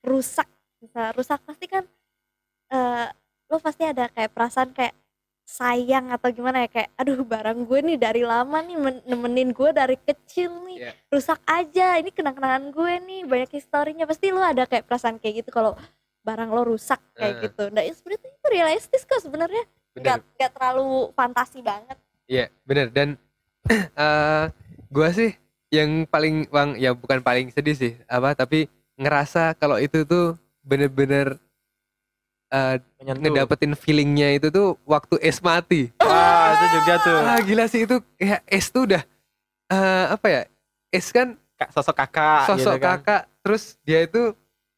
rusak, bisa rusak pasti kan eh lo pasti ada kayak perasaan kayak sayang atau gimana ya, kayak aduh barang gue nih dari lama nih men- nemenin gue dari kecil nih, Iya. rusak aja, ini kenang-kenangan gue nih, banyak historinya, pasti lo ada kayak perasaan kayak gitu kalau barang lo rusak kayak Eh. gitu. Nah itu sebenarnya itu realistis kok sebenarnya, nggak Bener. nggak terlalu fantasi banget. Iya, bener. Dan eh gua sih yang paling bang, ya bukan paling sedih sih, apa tapi ngerasa kalau itu tuh bener-bener eh, Menyentuh. ngedapetin feelingnya itu tuh waktu Es mati. Wah, itu juga tuh. Ah gila sih itu, kayak Es tuh udah eh, apa ya? Es kan Kak, sosok kakak sosok gitu kan. kakak, terus dia itu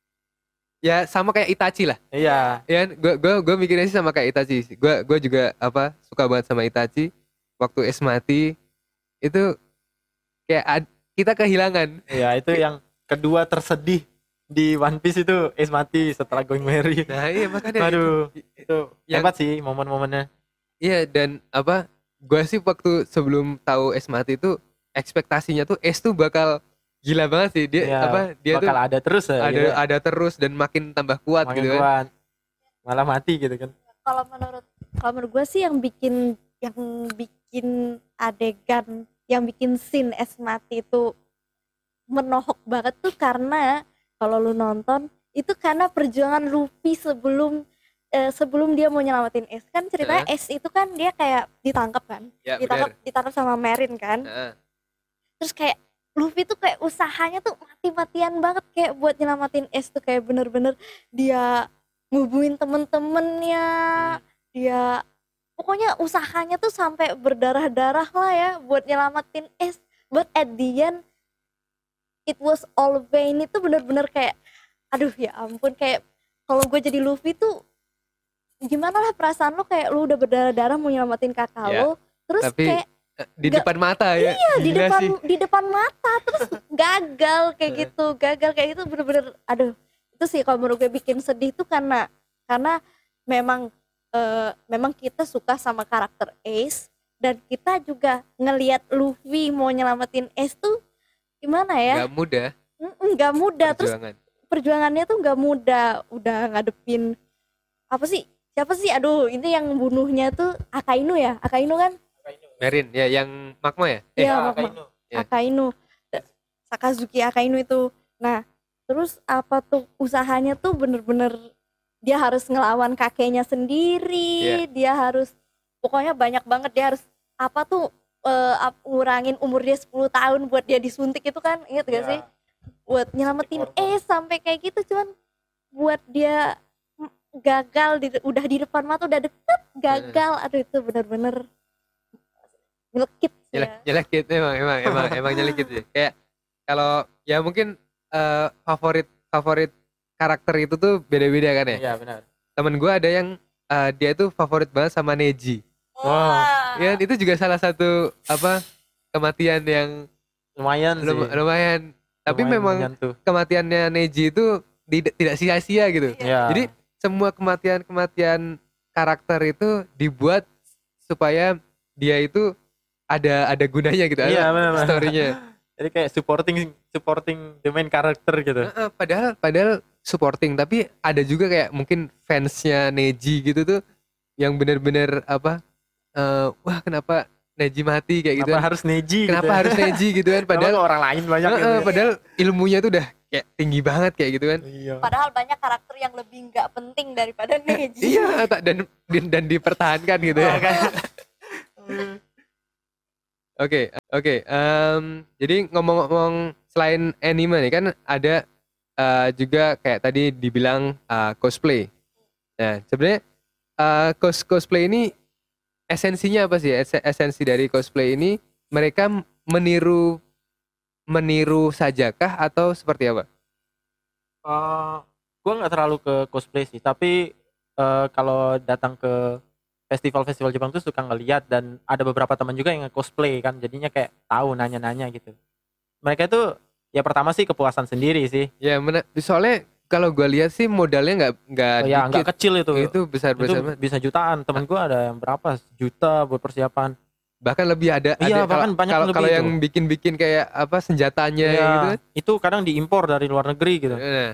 ya sama kayak Itachi lah. Iya. Ya, gue gue gue mikirnya sih sama kayak Itachi. Gue gue juga apa suka banget sama Itachi. Waktu Es mati itu kayak ad- kita kehilangan. Iya, itu yang kedua tersedih di One Piece itu, Ace mati setelah Going Merry. Nah iya makanya Aduh, itu Yang- hebat sih momen-momennya. iya. Dan apa gue sih waktu sebelum tahu Es mati itu ekspektasinya tuh Es tuh bakal gila banget sih dia. Iya, Apa dia tuh bakal ada terus ya, ada gitu. ada terus dan makin tambah kuat Makin gitu kan. kuat. Malah mati gitu kan. Kalau menurut kalau menurut gue sih yang bikin yang bikin adegan, yang bikin scene Es mati itu menohok banget tuh karena kalau lu nonton itu karena perjuangan Luffy sebelum eh, sebelum dia mau nyelamatin Es, kan ceritanya Es itu kan dia kayak ditangkap kan, Ya ditangkap benar. ditangkap sama Marine kan, Heeh. terus kayak Luffy tuh kayak usahanya tuh mati-matian banget kayak buat nyelamatin Es tuh, kayak bener-bener dia ngubuin temen-temennya, dia pokoknya usahanya tuh sampai berdarah-darah lah ya buat nyelamatin Es, but at the end it was all vain. Itu bener-bener kayak aduh ya ampun, kayak kalau gue jadi Luffy tuh gimana lah perasaan lo, kayak lu udah berdarah-darah mau nyelamatin kakak Ya, lo, terus tapi kayak eh, di Nggak- depan mata ya. iya di Gila depan sih. di depan mata, terus gagal kayak Eh. gitu, gagal kayak gitu bener-bener aduh. Itu sih kalau menurut gue bikin sedih tuh karena karena memang eh, memang kita suka sama karakter Ace, dan kita juga ngelihat Luffy mau nyelamatin Ace tuh gimana ya, Nggak mudah Mm, nggak mudah, terus perjuangan. perjuangannya tuh nggak mudah, udah ngadepin apa sih, siapa sih, aduh ini yang bunuhnya tuh Akainu ya, Akainu kan. Merin ya yang Magma ya. Eh, Iya, Ah, Mak- Akainu. Ya. Akainu, Da- Sakazuki Akainu itu. Nah, terus apa tuh usahanya tuh bener-bener dia harus ngelawan kakeknya sendiri, Iya. dia harus pokoknya banyak banget, dia harus apa tuh eh, ap- ngurangin umur dia sepuluh tahun buat dia disuntik itu kan, inget gak Iya. sih? Buat nyelamatin Suntik hormon. Ace sampai kayak gitu, cuman buat dia mm, gagal di, udah di depan mata, udah deket gagal. Aduh itu bener-bener nyelekit sih Nyelek, ya. nyelekit emang emang emang emang nyelekit sih. Kayak kalau ya mungkin eh, favorit favorit karakter itu tuh beda-beda kan ya. Iya, benar. Temen gue ada yang eh, dia tuh favorit banget sama Neji. Wah. Ya itu juga salah satu apa kematian yang Lumayan sih. lum- lumayan. Tapi Lumayan memang menyentuh. kematiannya Neji itu tidak tidak sia-sia gitu. Iya. Jadi semua kematian-kematian karakter itu dibuat supaya dia itu ada ada gunanya gitu, Iya, ada benar-benar. story-nya. Jadi kayak supporting supporting the main character gitu. Heeh, padahal padahal supporting, tapi ada juga kayak mungkin fansnya Neji gitu tuh yang benar-benar apa eh, wah kenapa Neji mati kayak gitu Kenapa kan. harus Neji Kenapa gitu. harus Neji gitu kan, Padahal padahal orang lain banyak heeh, gitu. padahal ilmunya tuh udah kayak tinggi banget kayak gitu kan. Iya. Padahal banyak karakter yang lebih nggak penting daripada Neji. Iya, tak- dan dan, dan dipertahankan gitu ya. Oke, oke. em, jadi ngomong-ngomong selain anime nih kan ada eh, juga kayak tadi dibilang eh, cosplay. Nah, sebenarnya eh, cos cosplay ini esensinya apa sih? Es- Esensi dari cosplay ini mereka meniru meniru sajakah atau seperti apa? Eh, gue nggak terlalu ke cosplay sih, tapi eh, kalau datang ke festival-festival Jepang tuh suka ngeliat, dan ada beberapa teman juga yang cosplay kan, jadinya kayak tahu nanya-nanya gitu. Mereka itu ya pertama sih kepuasan sendiri sih. Ya, mena- soalnya kalau gue lihat sih modalnya nggak nggak Oh, ya dikit. nggak kecil itu. Itu besar-besar Itu banget. bisa jutaan. Temen gue ada yang berapa juta buat persiapan. Bahkan lebih ada Iya, ada bahkan kalau- banyak kalau lebih kalau itu. yang bikin-bikin kayak apa senjatanya Iya, gitu. itu kadang diimpor dari luar negeri gitu. Nah,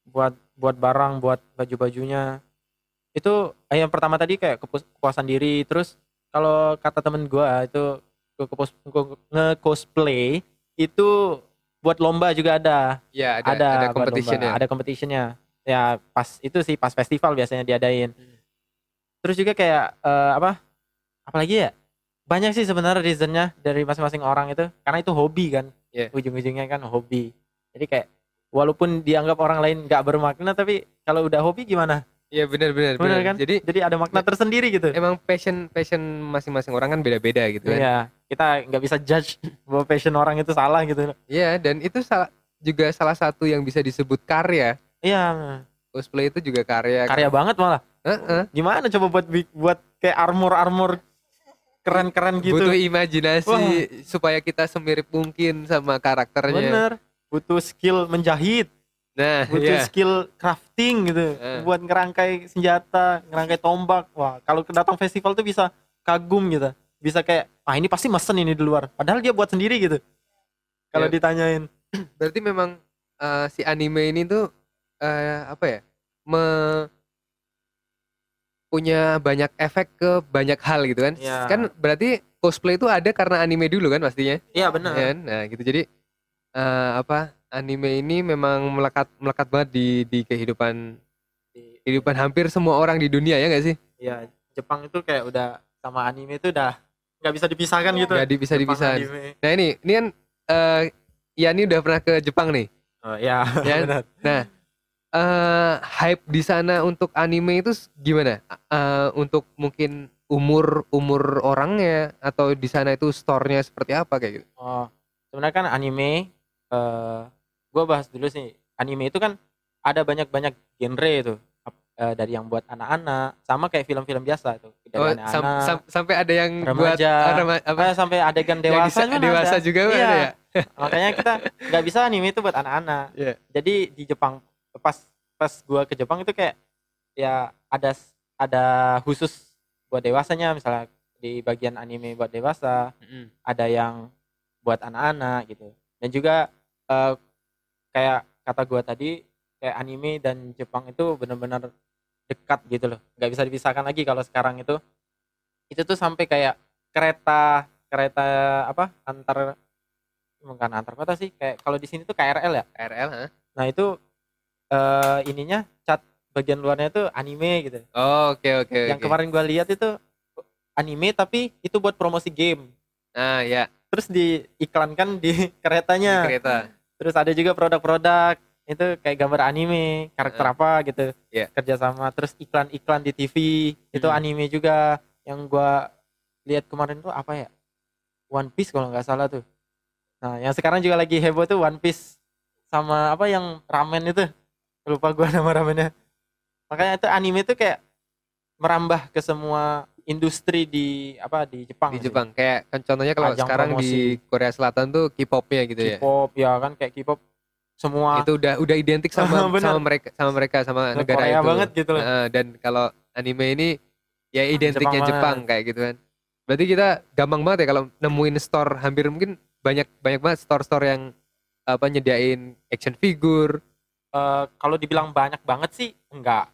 buat buat barang, buat baju-bajunya. Itu eh, yang pertama tadi kayak kepus- kepuasan diri. Terus kalau kata temen gua itu ke kepus- ke- nge-cosplay itu buat lomba juga ada. Ya, ada Ada ada buat competition lomba, ya. ada competitionnya. Ya pas itu sih pas festival biasanya diadain. Hmm. Terus juga kayak eh, apa? Apalagi ya? Banyak sih sebenarnya reasonnya dari masing-masing orang itu karena itu hobi kan. Yeah. Ujung-ujungnya kan hobi. Jadi kayak walaupun dianggap orang lain nggak bermakna tapi kalau udah hobi gimana? Iya, benar benar Bener benar. kan? Jadi Jadi ada makna tersendiri gitu. emang passion passion masing-masing orang kan beda-beda gitu kan. Iya, kita nggak bisa judge bahwa passion orang itu salah gitu. Iya, dan itu salah juga salah satu yang bisa disebut karya. Iya, Cosplay itu juga karya. karya banget malah. Heeh. Gimana coba buat bi- buat kayak armor-armor keren-keren gitu. Butuh imajinasi Wah. supaya kita semirip mungkin sama karakternya. Bener. Butuh skill menjahit, Nah, butuh iya. skill crafting gitu, Eh. buat ngerangkai senjata, ngerangkai tombak. Wah, kalau datang festival tuh bisa kagum gitu. Bisa kayak, ah ini pasti mesen ini di luar. Padahal dia buat sendiri gitu. Kalau Ya. ditanyain. Berarti memang eh, si anime ini tuh eh, apa ya? Me- punya banyak efek ke banyak hal gitu kan. Iya. Kan berarti cosplay itu ada karena anime dulu kan pastinya. Iya benar. Kan? Nah, gitu. Jadi eh, apa? Anime ini memang melekat melekat banget di di kehidupan kehidupan hampir semua orang di dunia ya nggak sih? Iya, Jepang itu kayak udah sama anime itu udah nggak bisa dipisahkan gitu. Nggak di- bisa Jepang, dipisahin. anime. Nah, ini ini kan eh Yani udah pernah ke Jepang nih. Oh, ya, Ya. benar. Nah, eh hype di sana untuk anime itu s- gimana? Eh, untuk mungkin umur umur orangnya atau di sana itu store-nya seperti apa kayak gitu? Oh, sebenarnya kan anime eh gua bahas dulu sih. Anime itu kan ada banyak-banyak genre itu. Ap- eh, dari yang buat anak-anak sama kayak film-film biasa itu. Dari Oh, anak-anak, sam- sam- sampai ada yang buat remaja, ah, rema- apa? eh, sampai adegan Yang dewasa disa- juga dewasa ada. juga Iya. ada ya? Makanya kita nggak bisa anime itu buat anak-anak. Iya. Jadi di Jepang pas pas gua ke Jepang itu kayak ya ada ada khusus buat dewasanya, misalnya di bagian anime buat dewasa, Mm-mm. ada yang buat anak-anak gitu. Dan juga eh, kayak kata gua tadi kayak anime dan Jepang itu benar-benar dekat gitu loh. Nggak bisa dipisahkan lagi kalau sekarang itu itu tuh sampai kayak kereta kereta apa antar bukan antar kota sih, kayak kalau di sini tuh K R L ya. K R L, hah? Nah itu eh ininya cat bagian luarnya itu anime gitu. Oh, oke oke Yang oke. kemarin gua lihat itu anime tapi itu buat promosi game. Nah, ya, Terus diiklankan di di keretanya. kereta. Terus ada juga produk-produk itu kayak gambar anime, karakter Ah. apa gitu. Iya. Kerjasama. Terus iklan-iklan di T V itu Hmm. anime juga. Yang gua lihat kemarin tuh apa ya? One Piece kalau nggak salah tuh. Nah, yang sekarang juga lagi heboh tuh One Piece sama apa yang ramen itu. Lupa gua nama ramennya. Makanya itu anime tuh kayak merambah ke semua industri di apa di Jepang. Di sih. Jepang kayak kan contohnya kalau Ajang sekarang di promosi. Korea Selatan tuh K-popnya gitu ya. K-pop ya kan kayak K-pop semua Itu udah udah identik sama Bener. sama mereka sama mereka sama Ke negara Korea itu. banget gitu loh. Nah, dan kalau anime ini ya identiknya Jepang Jepang, banget. kayak gitu kan. Berarti kita gampang banget ya kalau nemuin store, hampir mungkin banyak banyak banget store-store yang apa nyediain action figure. Eh, kalau dibilang banyak banget sih enggak.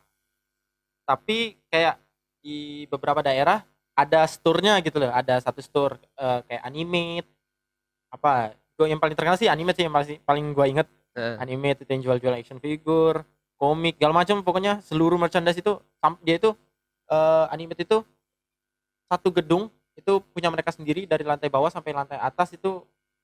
Tapi kayak di beberapa daerah ada store-nya gitu loh. Ada satu store eh, kayak Animate apa? Gua yang paling terkenal sih Animate sih yang paling paling gua inget. Nah, Animate itu yang jual-jual action figure, komik, segala macam pokoknya seluruh merchandise itu sam- dia itu eh, Animate itu satu gedung itu punya mereka sendiri dari lantai bawah sampai lantai atas itu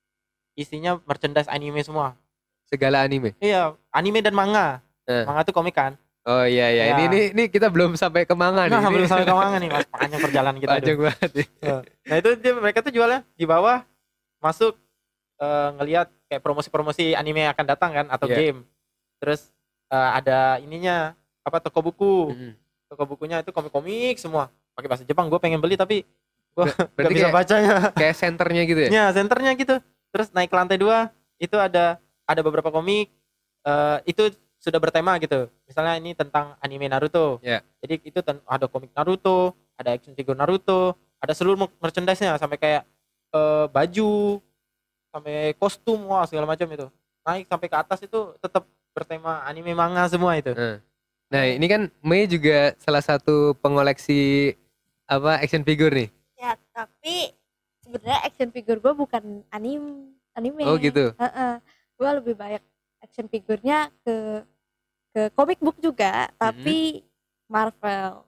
isinya merchandise anime semua. segala anime. Iya, anime dan manga. Eh. Manga itu komik kan. Oh iya iya, Ya. ini, ini ini kita belum sampai ke manga nih. Nah, Ini belum sampai ke manga nih, Mas. Panjang perjalanan kita. panjang aduh. banget nih. Nah, itu dia, mereka tuh jualnya di bawah masuk eh, ngelihat kayak promosi-promosi anime yang akan datang kan atau Iya. game. Terus eh, ada ininya apa toko buku. Mm-mm. Toko bukunya itu komik-komik semua. Pakai bahasa Jepang. Gue pengen beli tapi gue Ber- nggak berarti bisa kayak- bacanya. Kayak senternya gitu ya. Ya, senternya gitu. Terus naik ke lantai dua itu ada ada beberapa komik eh, itu sudah bertema gitu. Misalnya ini tentang anime Naruto. Ya. Jadi itu ten- ada komik Naruto, ada action figure Naruto, ada seluruh mer- merchandise-nya sampai kayak eh, baju, sampai kostum, wah segala macam itu. Naik sampai ke atas itu tetap bertema anime manga semua itu. Nah, nah ini kan Mei juga salah satu pengoleksi apa action figure nih. Ya, tapi sebenarnya action figure gue bukan anim anime. Oh gitu. Heeh. Gue lebih banyak action figurnya ke ke comic book juga, tapi Marvel.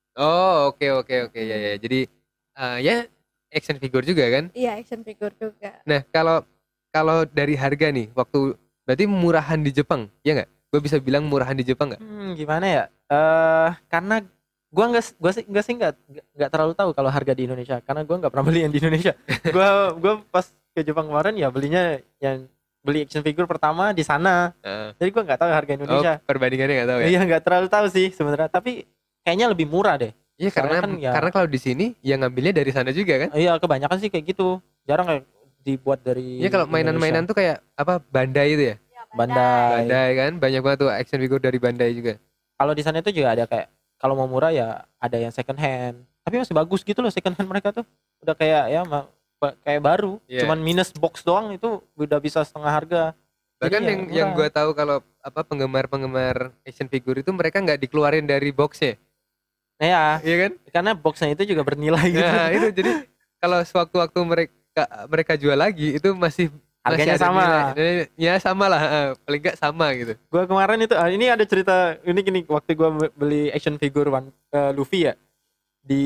Oh oke oke oke ya ya. Jadi eh, ya action figure juga kan. Iya, action figure juga. Nah kalau kalau dari harga nih waktu berarti murahan di Jepang ya nggak? Gue bisa bilang murahan di Jepang nggak? Hmm, gimana ya? Eh karena gua nggak gua sih nggak sih nggak nggak terlalu tahu kalau harga di Indonesia karena gua nggak pernah beli yang di Indonesia. gua gua pas ke Jepang kemarin ya belinya yang beli action figure pertama di sana. Uh, Jadi gua nggak tahu harga oh Indonesia. perbandingannya nggak tahu ya? Iya nggak terlalu tahu sih sebenarnya. Tapi kayaknya lebih murah deh. Iya karena Soalnya kan ya- karena kalau di sini ya ngambilnya dari sana juga kan? Iya kebanyakan sih kayak gitu. Jarang kayak dibuat dari. Iya kalau mainan-mainan tuh kayak apa Bandai itu ya? Ya, Bandai. Bandai kan banyak banget tuh action figure dari Bandai juga. Kalau di sana itu juga ada kayak kalau mau murah ya ada yang second hand. Tapi masih bagus gitu loh second hand mereka tuh. Udah kayak ya ma- ba- kayak baru. Iya. Cuman minus box doang itu udah bisa setengah harga. Bahkan Jadi ya yang yang murah. gue tahu kalau apa penggemar-penggemar action figure itu mereka nggak dikeluarin dari boxnya, Nah, ya, iya kan? karena boxnya itu juga bernilai gitu. Nah itu jadi kalau sewaktu-waktu mereka mereka jual lagi itu masih Harganya masih ada sama. nilai- ya sama lah, eh, paling nggak sama gitu. Gua kemarin itu ah, ini ada cerita unik ini waktu gua be- beli action figure One eh, Luffy ya. Di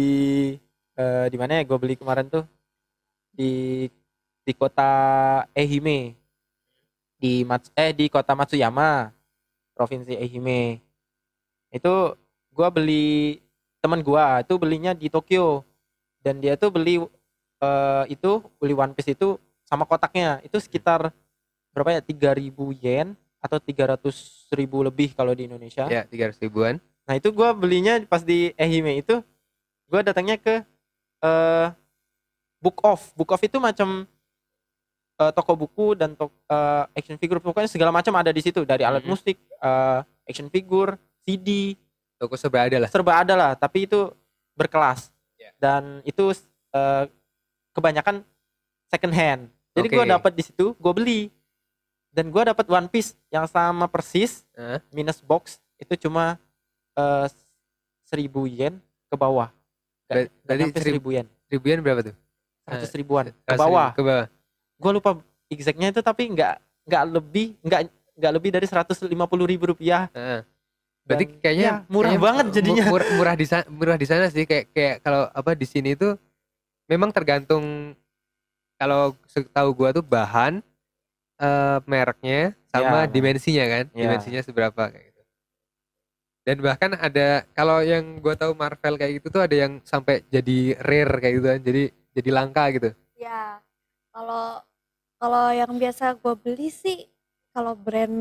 eh, di mana ya gua beli kemarin tuh? Di di kota Ehime. Di Mats, eh di kota Matsuyama, provinsi Ehime. Itu gua beli teman gua itu belinya di Tokyo dan dia tuh beli eh, itu beli One Piece itu sama kotaknya itu sekitar berapa ya tiga ribu yen atau tiga ratus ribu lebih kalau di Indonesia. Ya tiga ratus ribuan. Nah itu gua belinya pas di Ehime itu gua datangnya ke eh, Book Off. Book Off itu macam eh, toko buku dan to- eh, action figure pokoknya segala macam ada di situ dari alat Mhm. musik, eh, action figure, C D, Toko serba ada lah. serba ada lah tapi itu berkelas. Ya. Dan itu eh, kebanyakan second hand. Jadi Oke. gua dapat di situ, gua beli. Dan gua dapat One Piece yang sama persis Hah? minus box itu cuma eh, seribu yen ke bawah. Ber- Gak, gak berarti nyampe seribu- seribu yen, Ribuan berapa tuh? seratus Eh, ribuan ke Seratus bawah. ribu- Ke bawah. Gue lupa exactnya itu tapi nggak nggak lebih nggak nggak lebih dari seratus lima puluh ribu rupiah. Heeh. Berarti Dan kayaknya ya, murah kayaknya banget mu- jadinya. Murah, murah di sana, murah di sana sih kayak kayak kalau apa di sini tuh memang tergantung kalau setahu gua tuh bahan eh, mereknya sama Ya, dimensinya kan, Ya. dimensinya seberapa kayak gitu. Dan bahkan ada kalau yang gua tahu Marvel kayak gitu tuh ada yang sampai jadi rare kayak gitu kan, jadi jadi langka gitu. Ya, kalau kalau yang biasa gue beli sih kalau brand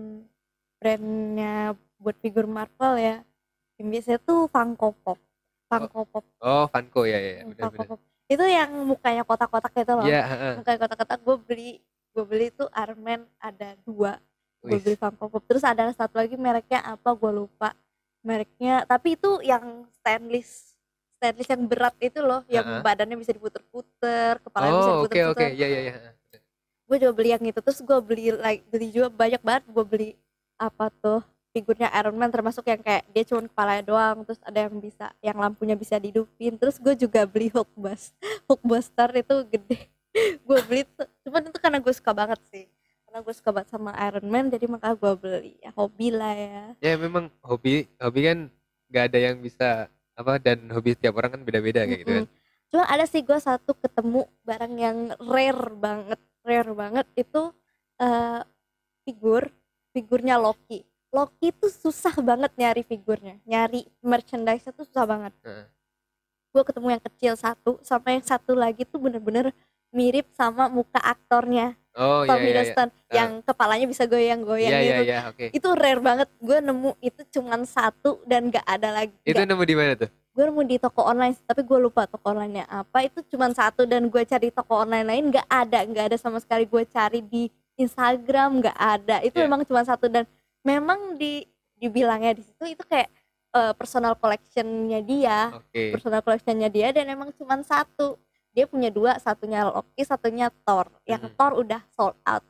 brandnya buat figur Marvel ya, yang biasanya tuh Funko Pop. Funko Pop, Oh, Funko ya ya, ya Funko benar-benar. Pop. Itu yang mukanya kotak-kotak itu loh. Iya, heeh. Mukanya kotak-kotak gue beli gue beli tuh Iron Man ada dua. Gue Wih. beli Funko Pop. Terus ada satu lagi mereknya apa gue lupa. Mereknya tapi itu yang stainless stainless yang berat itu loh, yang Heeh. badannya bisa diputer-puter, kepalanya bisa Oh, oke diputer-puter. oke. Ya ya ya. Gue juga beli yang itu, terus gue beli like beli juga banyak banget. Gue beli apa tuh figurnya Iron Man, termasuk yang kayak dia cuma kepalanya doang, terus ada yang bisa yang lampunya bisa dihidupin. Terus gue juga beli Hulkbuster Hulkbuster itu gede. Gue beli tuh, cuman itu karena gue suka banget sih, karena gue suka banget sama Iron Man, jadi makanya gue beli. Ya hobi lah ya. Ya memang hobi hobi kan nggak ada yang bisa apa dan hobi tiap orang kan beda-beda kayak gitu kan. Mm-mm. Cuma ada sih gue satu ketemu barang yang rare banget, rare banget itu eh, figur, figurnya Loki. Loki tuh susah banget nyari figurnya, nyari merchandise tuh susah banget. Heeh. Gue ketemu yang kecil satu, sama yang satu lagi tuh bener-bener mirip sama muka aktornya Oh Tom iya iya iya. Hiddleston, yang kepalanya bisa goyang-goyang Iya iya gitu. iya, oke. Itu rare banget, gue nemu itu cuman satu dan gak ada lagi. Itu nemu di mana tuh? Gue nemu di toko online, tapi gue lupa toko onlinenya apa. Itu cuman satu dan gue cari toko online lain nggak ada, nggak ada sama sekali. Gue cari di Instagram nggak ada. Itu Yeah. memang cuma satu dan memang di dibilangnya di situ itu kayak eh, personal collectionnya dia, Oke. personal collectionnya dia dan emang cuma satu. Dia punya dua, satunya Loki, satunya Thor. Yang Mhm. Thor udah sold out.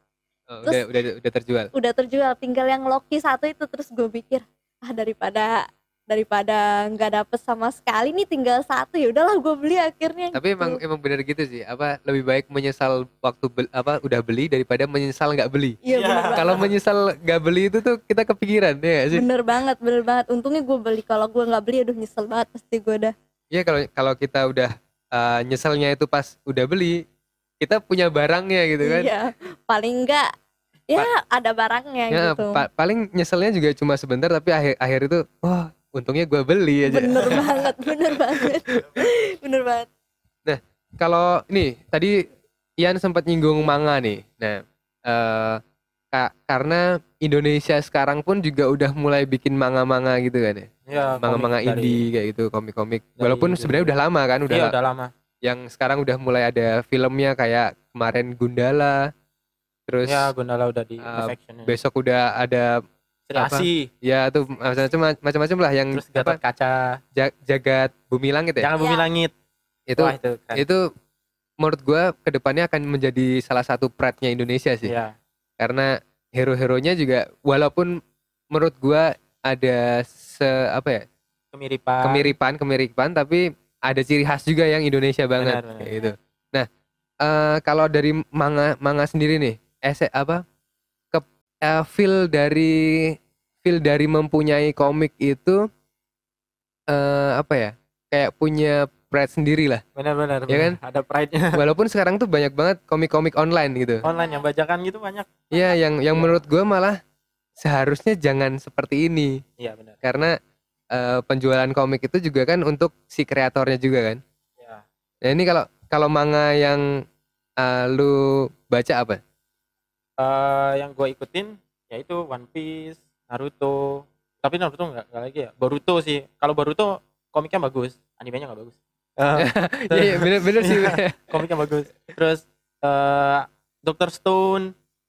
Oh, Terus udah udah udah terjual. udah terjual, tinggal yang Loki satu itu. Terus gue pikir, ah daripada daripada nggak dapet sama sekali nih tinggal satu, ya udahlah gue beli akhirnya Tapi emang gitu. emang bener gitu sih. Apa lebih baik menyesal waktu bel- apa udah beli daripada menyesal nggak beli. Iya Iya. bener banget. Kalau menyesal nggak beli itu tuh kita kepikiran ya nggak sih? Bener banget, bener banget. Untungnya gue beli. Kalau gue nggak beli, aduh nyesel banget pasti gue dah. Iya kalau kalau kita udah uh, nyeselnya itu pas udah beli, kita punya barangnya gitu kan. Iya, paling enggak ya ada barangnya Ya, gitu. pa- paling nyeselnya juga cuma sebentar tapi akhir akhir itu wah untungnya gua beli aja. Bener banget, bener banget, bener banget. Nah, kalau nih tadi Ian sempat nyinggung manga nih. Nah, eh ka- karena Indonesia sekarang pun juga udah mulai bikin manga-manga gitu kan ya. Ya, Manga-manga komik dari- indie kayak gitu, komik-komik. dari Walaupun dulu. sebenarnya udah lama kan, udah Iya, la- udah lama. yang sekarang udah mulai ada filmnya kayak kemarin Gundala. Terus Ya, Gundala udah di uh, live action ya. besok udah ada Sri apa? Asi, ya tuh macam-macam macam-macam lah yang terus Gatot apa Kaca, ja- jagat bumi langit ya. Jangan Bumi Ya. Langit. Itu Wah, itu kan. itu menurut gua kedepannya akan menjadi salah satu pride-nya Indonesia sih. Iya. Karena hero-heronya juga walaupun menurut gua ada se apa ya Kemiripan. kemiripan kemiripan tapi ada ciri khas juga yang Indonesia banget Benar, benar. kayak gitu. Nah, eh, kalau dari manga manga sendiri nih, ese apa ke eh, feel dari feel dari mempunyai komik itu eh apa ya? Kayak punya pride sendiri lah. Benar-benar. Iya kan? Ada pride-nya. Walaupun sekarang tuh banyak banget komik-komik online gitu. Online yang bajakan gitu banyak. Iya, yang yang menurut gua malah seharusnya jangan seperti ini. Iya, benar. Karena eh, penjualan komik itu juga kan untuk si kreatornya juga kan. Iya. Nah ini kalau kalau manga yang eh, lu baca apa? Eh, yang gue ikutin yaitu One Piece, Naruto. Tapi Naruto nggak nggak lagi ya. Boruto sih. Kalau Boruto komiknya bagus, animenya nggak bagus. Eh, Iya iya, bener bener sih. komiknya bagus. Terus eh Doctor Stone,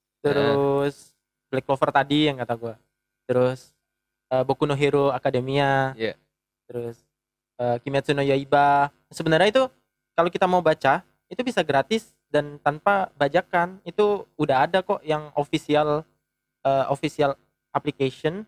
terus Black Clover tadi yang kata gue. Terus eh, Boku no Hero Academia. Iya. Terus eh, Kimetsu no Yaiba. Sebenarnya itu kalau kita mau baca itu bisa gratis dan tanpa bajakan. Itu udah ada kok yang official eh, official application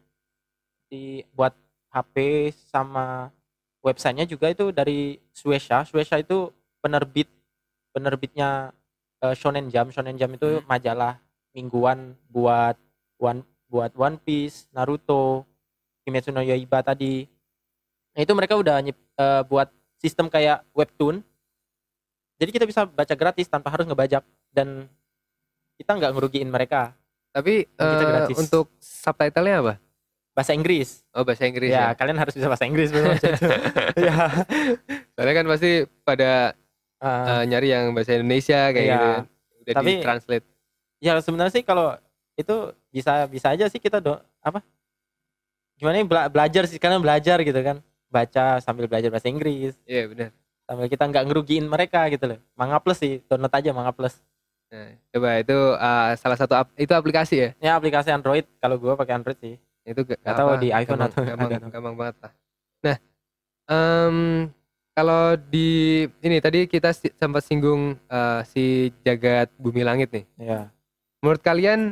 di buat H P sama websitenya juga itu dari Shueisha. Shueisha itu penerbit penerbitnya eh, Shonen Jump. Shonen Jump itu majalah mingguan buat One buat One Piece, Naruto, Kimetsu no Yaiba tadi. Nah, itu mereka udah nyip, eh, buat sistem kayak webtoon. Jadi kita bisa baca gratis tanpa harus ngebajak dan kita nggak ngerugiin mereka. Tapi Dan kita eh, gratis. untuk subtitlenya apa? Bahasa Inggris. Oh bahasa Inggris Ya, ya. kalian harus bisa bahasa Inggris belum baca itu. Ya. Soalnya kan pasti pada Eh, eh, nyari yang bahasa Indonesia kayak Iya. gitu kan. Udah Tapi- di translate. ya sebenarnya sih kalau itu bisa bisa aja sih kita do apa? Gimana ya, bela- belajar sih karena belajar gitu kan. Baca sambil belajar bahasa Inggris. Iya benar. Sambil kita nggak ngerugiin mereka gitu loh. Manga Plus sih, download aja Manga Plus. Nah, coba itu eh, salah satu ap- itu aplikasi ya. Ya aplikasi Android, kalau gua pakai Android sih. Itu gak, Nggak tahu di iPhone gampang, atau gampang, ada. gampang banget lah. Nah, em, kalau di ini tadi kita si- sempat singgung eh, si Jagat Bumi Langit nih. Ya. Menurut kalian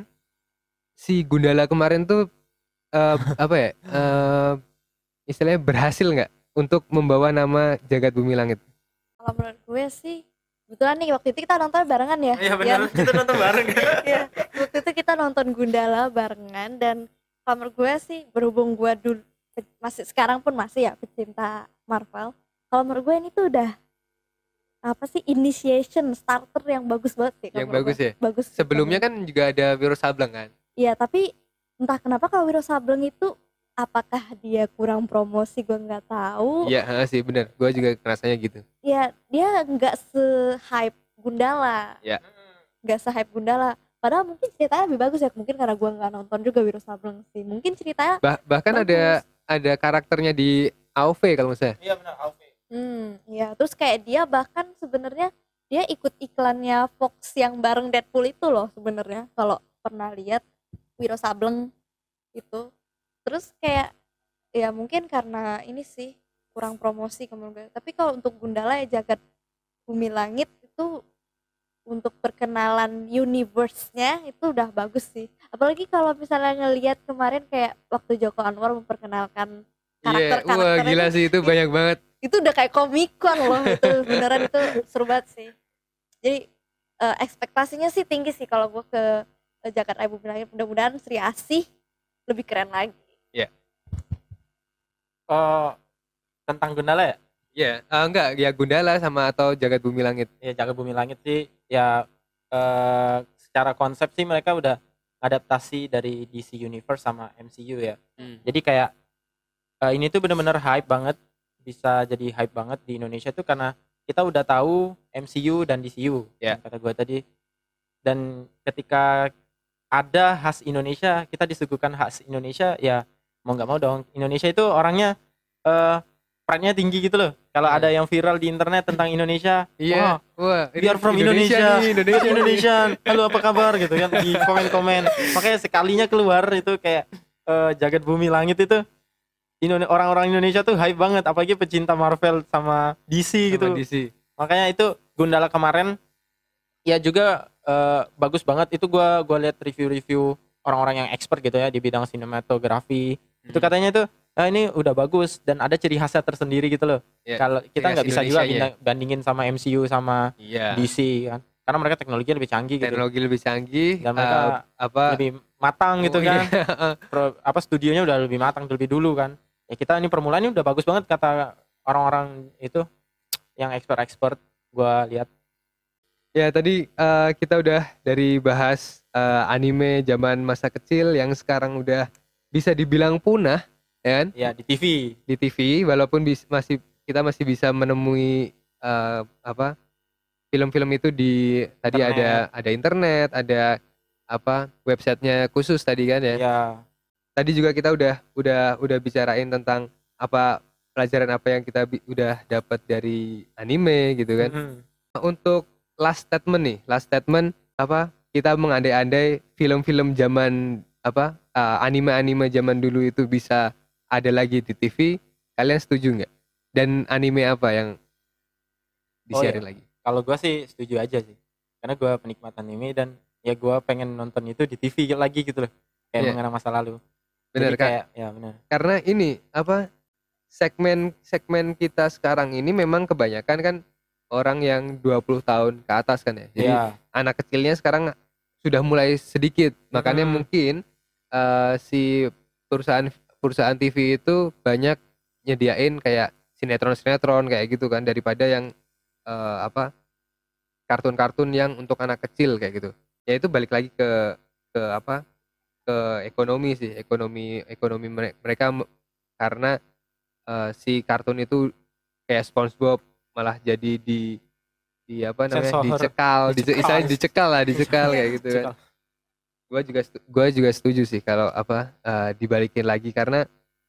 si Gundala kemarin tuh eh, apa ya? eh, istilahnya berhasil nggak untuk membawa nama Jagat Bumi Langit? Kalau menurut gue sih, kebetulan nih waktu itu kita nonton barengan ya. Iya Yan. benar, kita nonton bareng. Iya, waktu itu kita nonton Gundala barengan. Dan kalau menurut gue sih, berhubung gue dulu masih sekarang pun masih ya pecinta Marvel, kalau menurut gue ini tuh udah apa sih, initiation starter yang bagus banget sih. kalau Yang menurut bagus gue. ya? Bagus. Sebelumnya kan juga ada Wiro Sableng kan? Iya, tapi entah kenapa kalau Wiro Sableng itu, apakah dia kurang promosi, gue nggak tahu. Iya heeh sih bener. Gue juga rasanya gitu. Ya dia nggak se-hype Gundala. Ya. Nggak se-hype Gundala. Padahal mungkin ceritanya lebih bagus ya. Mungkin karena gue nggak nonton juga Wiro Sableng sih. Mungkin ceritanya. Bah- bahkan Bagus. ada ada karakternya di A O V kalau misalnya. Iya benar, Alfi. Hmm, ya. Terus kayak dia bahkan sebenarnya dia ikut iklannya Fox yang bareng Deadpool itu loh sebenarnya. Kalau pernah lihat Wiro Sableng itu. Terus kayak ya mungkin karena ini sih kurang promosi menurut gue. Tapi kalau untuk Gundala ya Jagat Bumi Langit itu untuk perkenalan universe-nya itu udah bagus sih. Apalagi kalau misalnya ngelihat kemarin kayak waktu Joko Anwar memperkenalkan Iya, wah karakter-karakternya gila tuh, sih itu i- banyak banget. itu udah kayak komikon loh itu beneran itu seru banget sih. Jadi eh, ekspektasinya sih tinggi sih kalau gue ke, ke Jakarta Ibu Bilangin, mudah-mudahan Sri Asih lebih keren lagi. Oh, tentang Gundala ya? Iya, eh, enggak ya Gundala sama atau Jagat Bumi Langit. Ya Jagat Bumi Langit sih ya, eh, secara konsep sih mereka udah adaptasi dari D C Universe sama M C U ya. Jadi kayak eh, ini tuh bener-bener hype banget, bisa jadi hype banget di Indonesia tuh karena kita udah tahu M C U dan D C U Ya. kata gue tadi. Dan ketika ada khas Indonesia, kita disuguhkan khas Indonesia, ya mau nggak mau dong. Indonesia itu orangnya eh pride-nya tinggi gitu loh. Kalau Hmm. ada yang viral di internet tentang Indonesia, Iya, wah, wah ini we are from Indonesia, nih, Indonesia. From Indonesia, halo apa kabar gitu kan di komen-komen. Makanya sekalinya keluar itu kayak eh, Jagat Bumi Langit itu, Indone- orang-orang Indonesia tuh hype banget, apalagi pecinta Marvel sama D C gitu. Sama D C. Makanya itu Gundala kemarin ya juga eh, bagus banget. Itu gua gua lihat review-review orang-orang yang expert gitu ya di bidang sinematografi. Itu Hmm. katanya tuh "Ah, ini udah bagus dan ada ciri khasnya tersendiri gitu loh." Ya, Kalau kita ciri khas nggak bisa juga Indonesianya. bina- bandingin sama M C U sama Iya. D C kan. Karena mereka teknologinya lebih canggih gitu. Teknologi lebih canggih Dan mereka eh, apa lebih matang gitu oh, kan. iya. Pro- apa studionya udah lebih matang lebih dulu kan. Ya kita ini permulaan ini udah bagus banget kata orang-orang itu yang expert-expert gua lihat. Ya tadi eh, kita udah dari bahas eh, anime zaman masa kecil yang sekarang udah bisa dibilang punah, ya kan? Ya di T V. Di T V walaupun bis- masih kita masih bisa menemui eh, apa film-film itu di tadi Internet. ada ada internet, ada apa websitenya khusus tadi kan ya. Ya. Tadi juga kita udah udah udah bicarain tentang apa pelajaran apa yang kita bi- udah dapat dari anime gitu kan. Mhm. Untuk last statement nih, last statement apa kita mengandai-andai film-film zaman apa uh, anime-anime zaman dulu itu bisa ada lagi di T V, kalian setuju nggak? Dan anime apa yang Oh, disiarin iya. lagi? Kalau gua sih setuju aja sih. Karena gua penikmat anime dan ya gua pengen nonton itu di T V lagi gitu loh. Kayak Iya. mengenang masa lalu. Bener Jadi kan? kayak ya benar. Karena ini apa segmen segmen kita sekarang ini memang kebanyakan kan orang yang dua puluh tahun ke atas kan ya. Jadi Iya. anak kecilnya sekarang sudah mulai sedikit. Makanya Mhm. mungkin eh, si perusahaan perusahaan T V itu banyak nyediain kayak sinetron-sinetron kayak gitu kan daripada yang eh, apa kartun-kartun yang untuk anak kecil kayak gitu. Ya itu balik lagi ke ke apa ke ekonomi sih, ekonomi ekonomi mere- mereka me- karena eh, si kartun itu kayak SpongeBob malah jadi di di apa namanya Sensor. dicekal, dice- Dicekal. istilahnya dicekal lah, dicekal kayak gitu kan. Cekal. Gua juga setu- gua juga setuju sih kalau apa eh, dibalikin lagi karena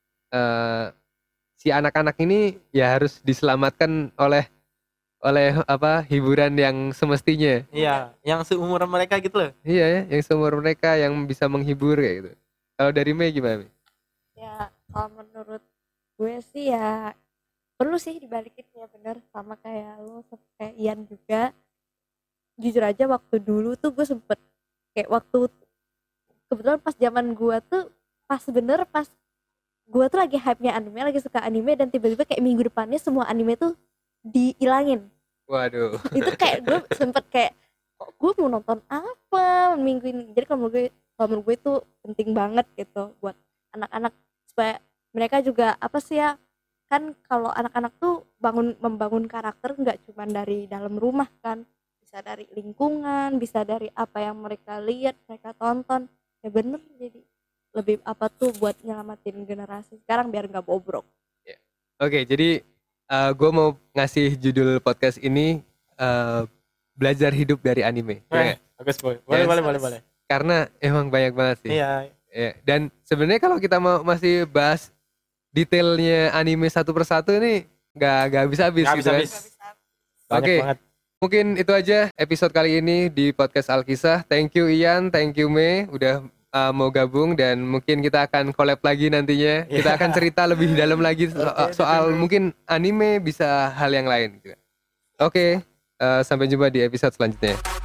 eh, si anak-anak ini ya harus diselamatkan oleh oleh apa hiburan yang semestinya. Iya, yang seumuran mereka gitu loh. Iya ya, yang seumur mereka yang bisa menghibur kayak gitu. Kalau dari Mei gimana, Mei? Ya kalau menurut gue sih ya perlu sih dibalikin ya bener sama kayak lo sama kayak Ian juga. Jujur aja waktu dulu tuh gue sempet kayak waktu kebetulan pas zaman gue tuh pas bener pas gue tuh lagi hype-nya anime, lagi suka anime dan tiba-tiba kayak minggu depannya semua anime tuh dihilangin. Waduh. Itu kayak gue sempet kayak kok gue mau nonton apa minggu ini. Jadi kalau menurut gue kalau menurut gue itu penting banget gitu buat anak-anak supaya mereka juga apa sih ya, kan kalau anak-anak tuh bangun membangun karakter nggak cuma dari dalam rumah kan, bisa dari lingkungan, bisa dari apa yang mereka lihat, mereka tonton. Ya bener, jadi lebih apa tuh buat nyelamatin generasi sekarang biar nggak bobrok. Oke, jadi gue mau ngasih judul podcast ini eh, belajar hidup dari anime. Ya Eh, nggak? bagus boy. Boleh, Yes. boleh, boleh, boleh. Karena emang banyak banget sih. Iya. Ya, dan sebenarnya kalau kita mau masih bahas detailnya anime satu persatu ini nggak nggak habis-habis Nggak gitu kan. habis-habis. Banyak Oke. banget. Mungkin itu aja episode kali ini di podcast Alkisah. Thank you Ian, thank you Mei udah uh, mau gabung dan mungkin kita akan collab lagi nantinya. Kita Iya. akan cerita lebih dalam lagi so- Oke, soal ditunggu. mungkin anime bisa hal yang lain. Gitu. Oke, uh, sampai jumpa di episode selanjutnya.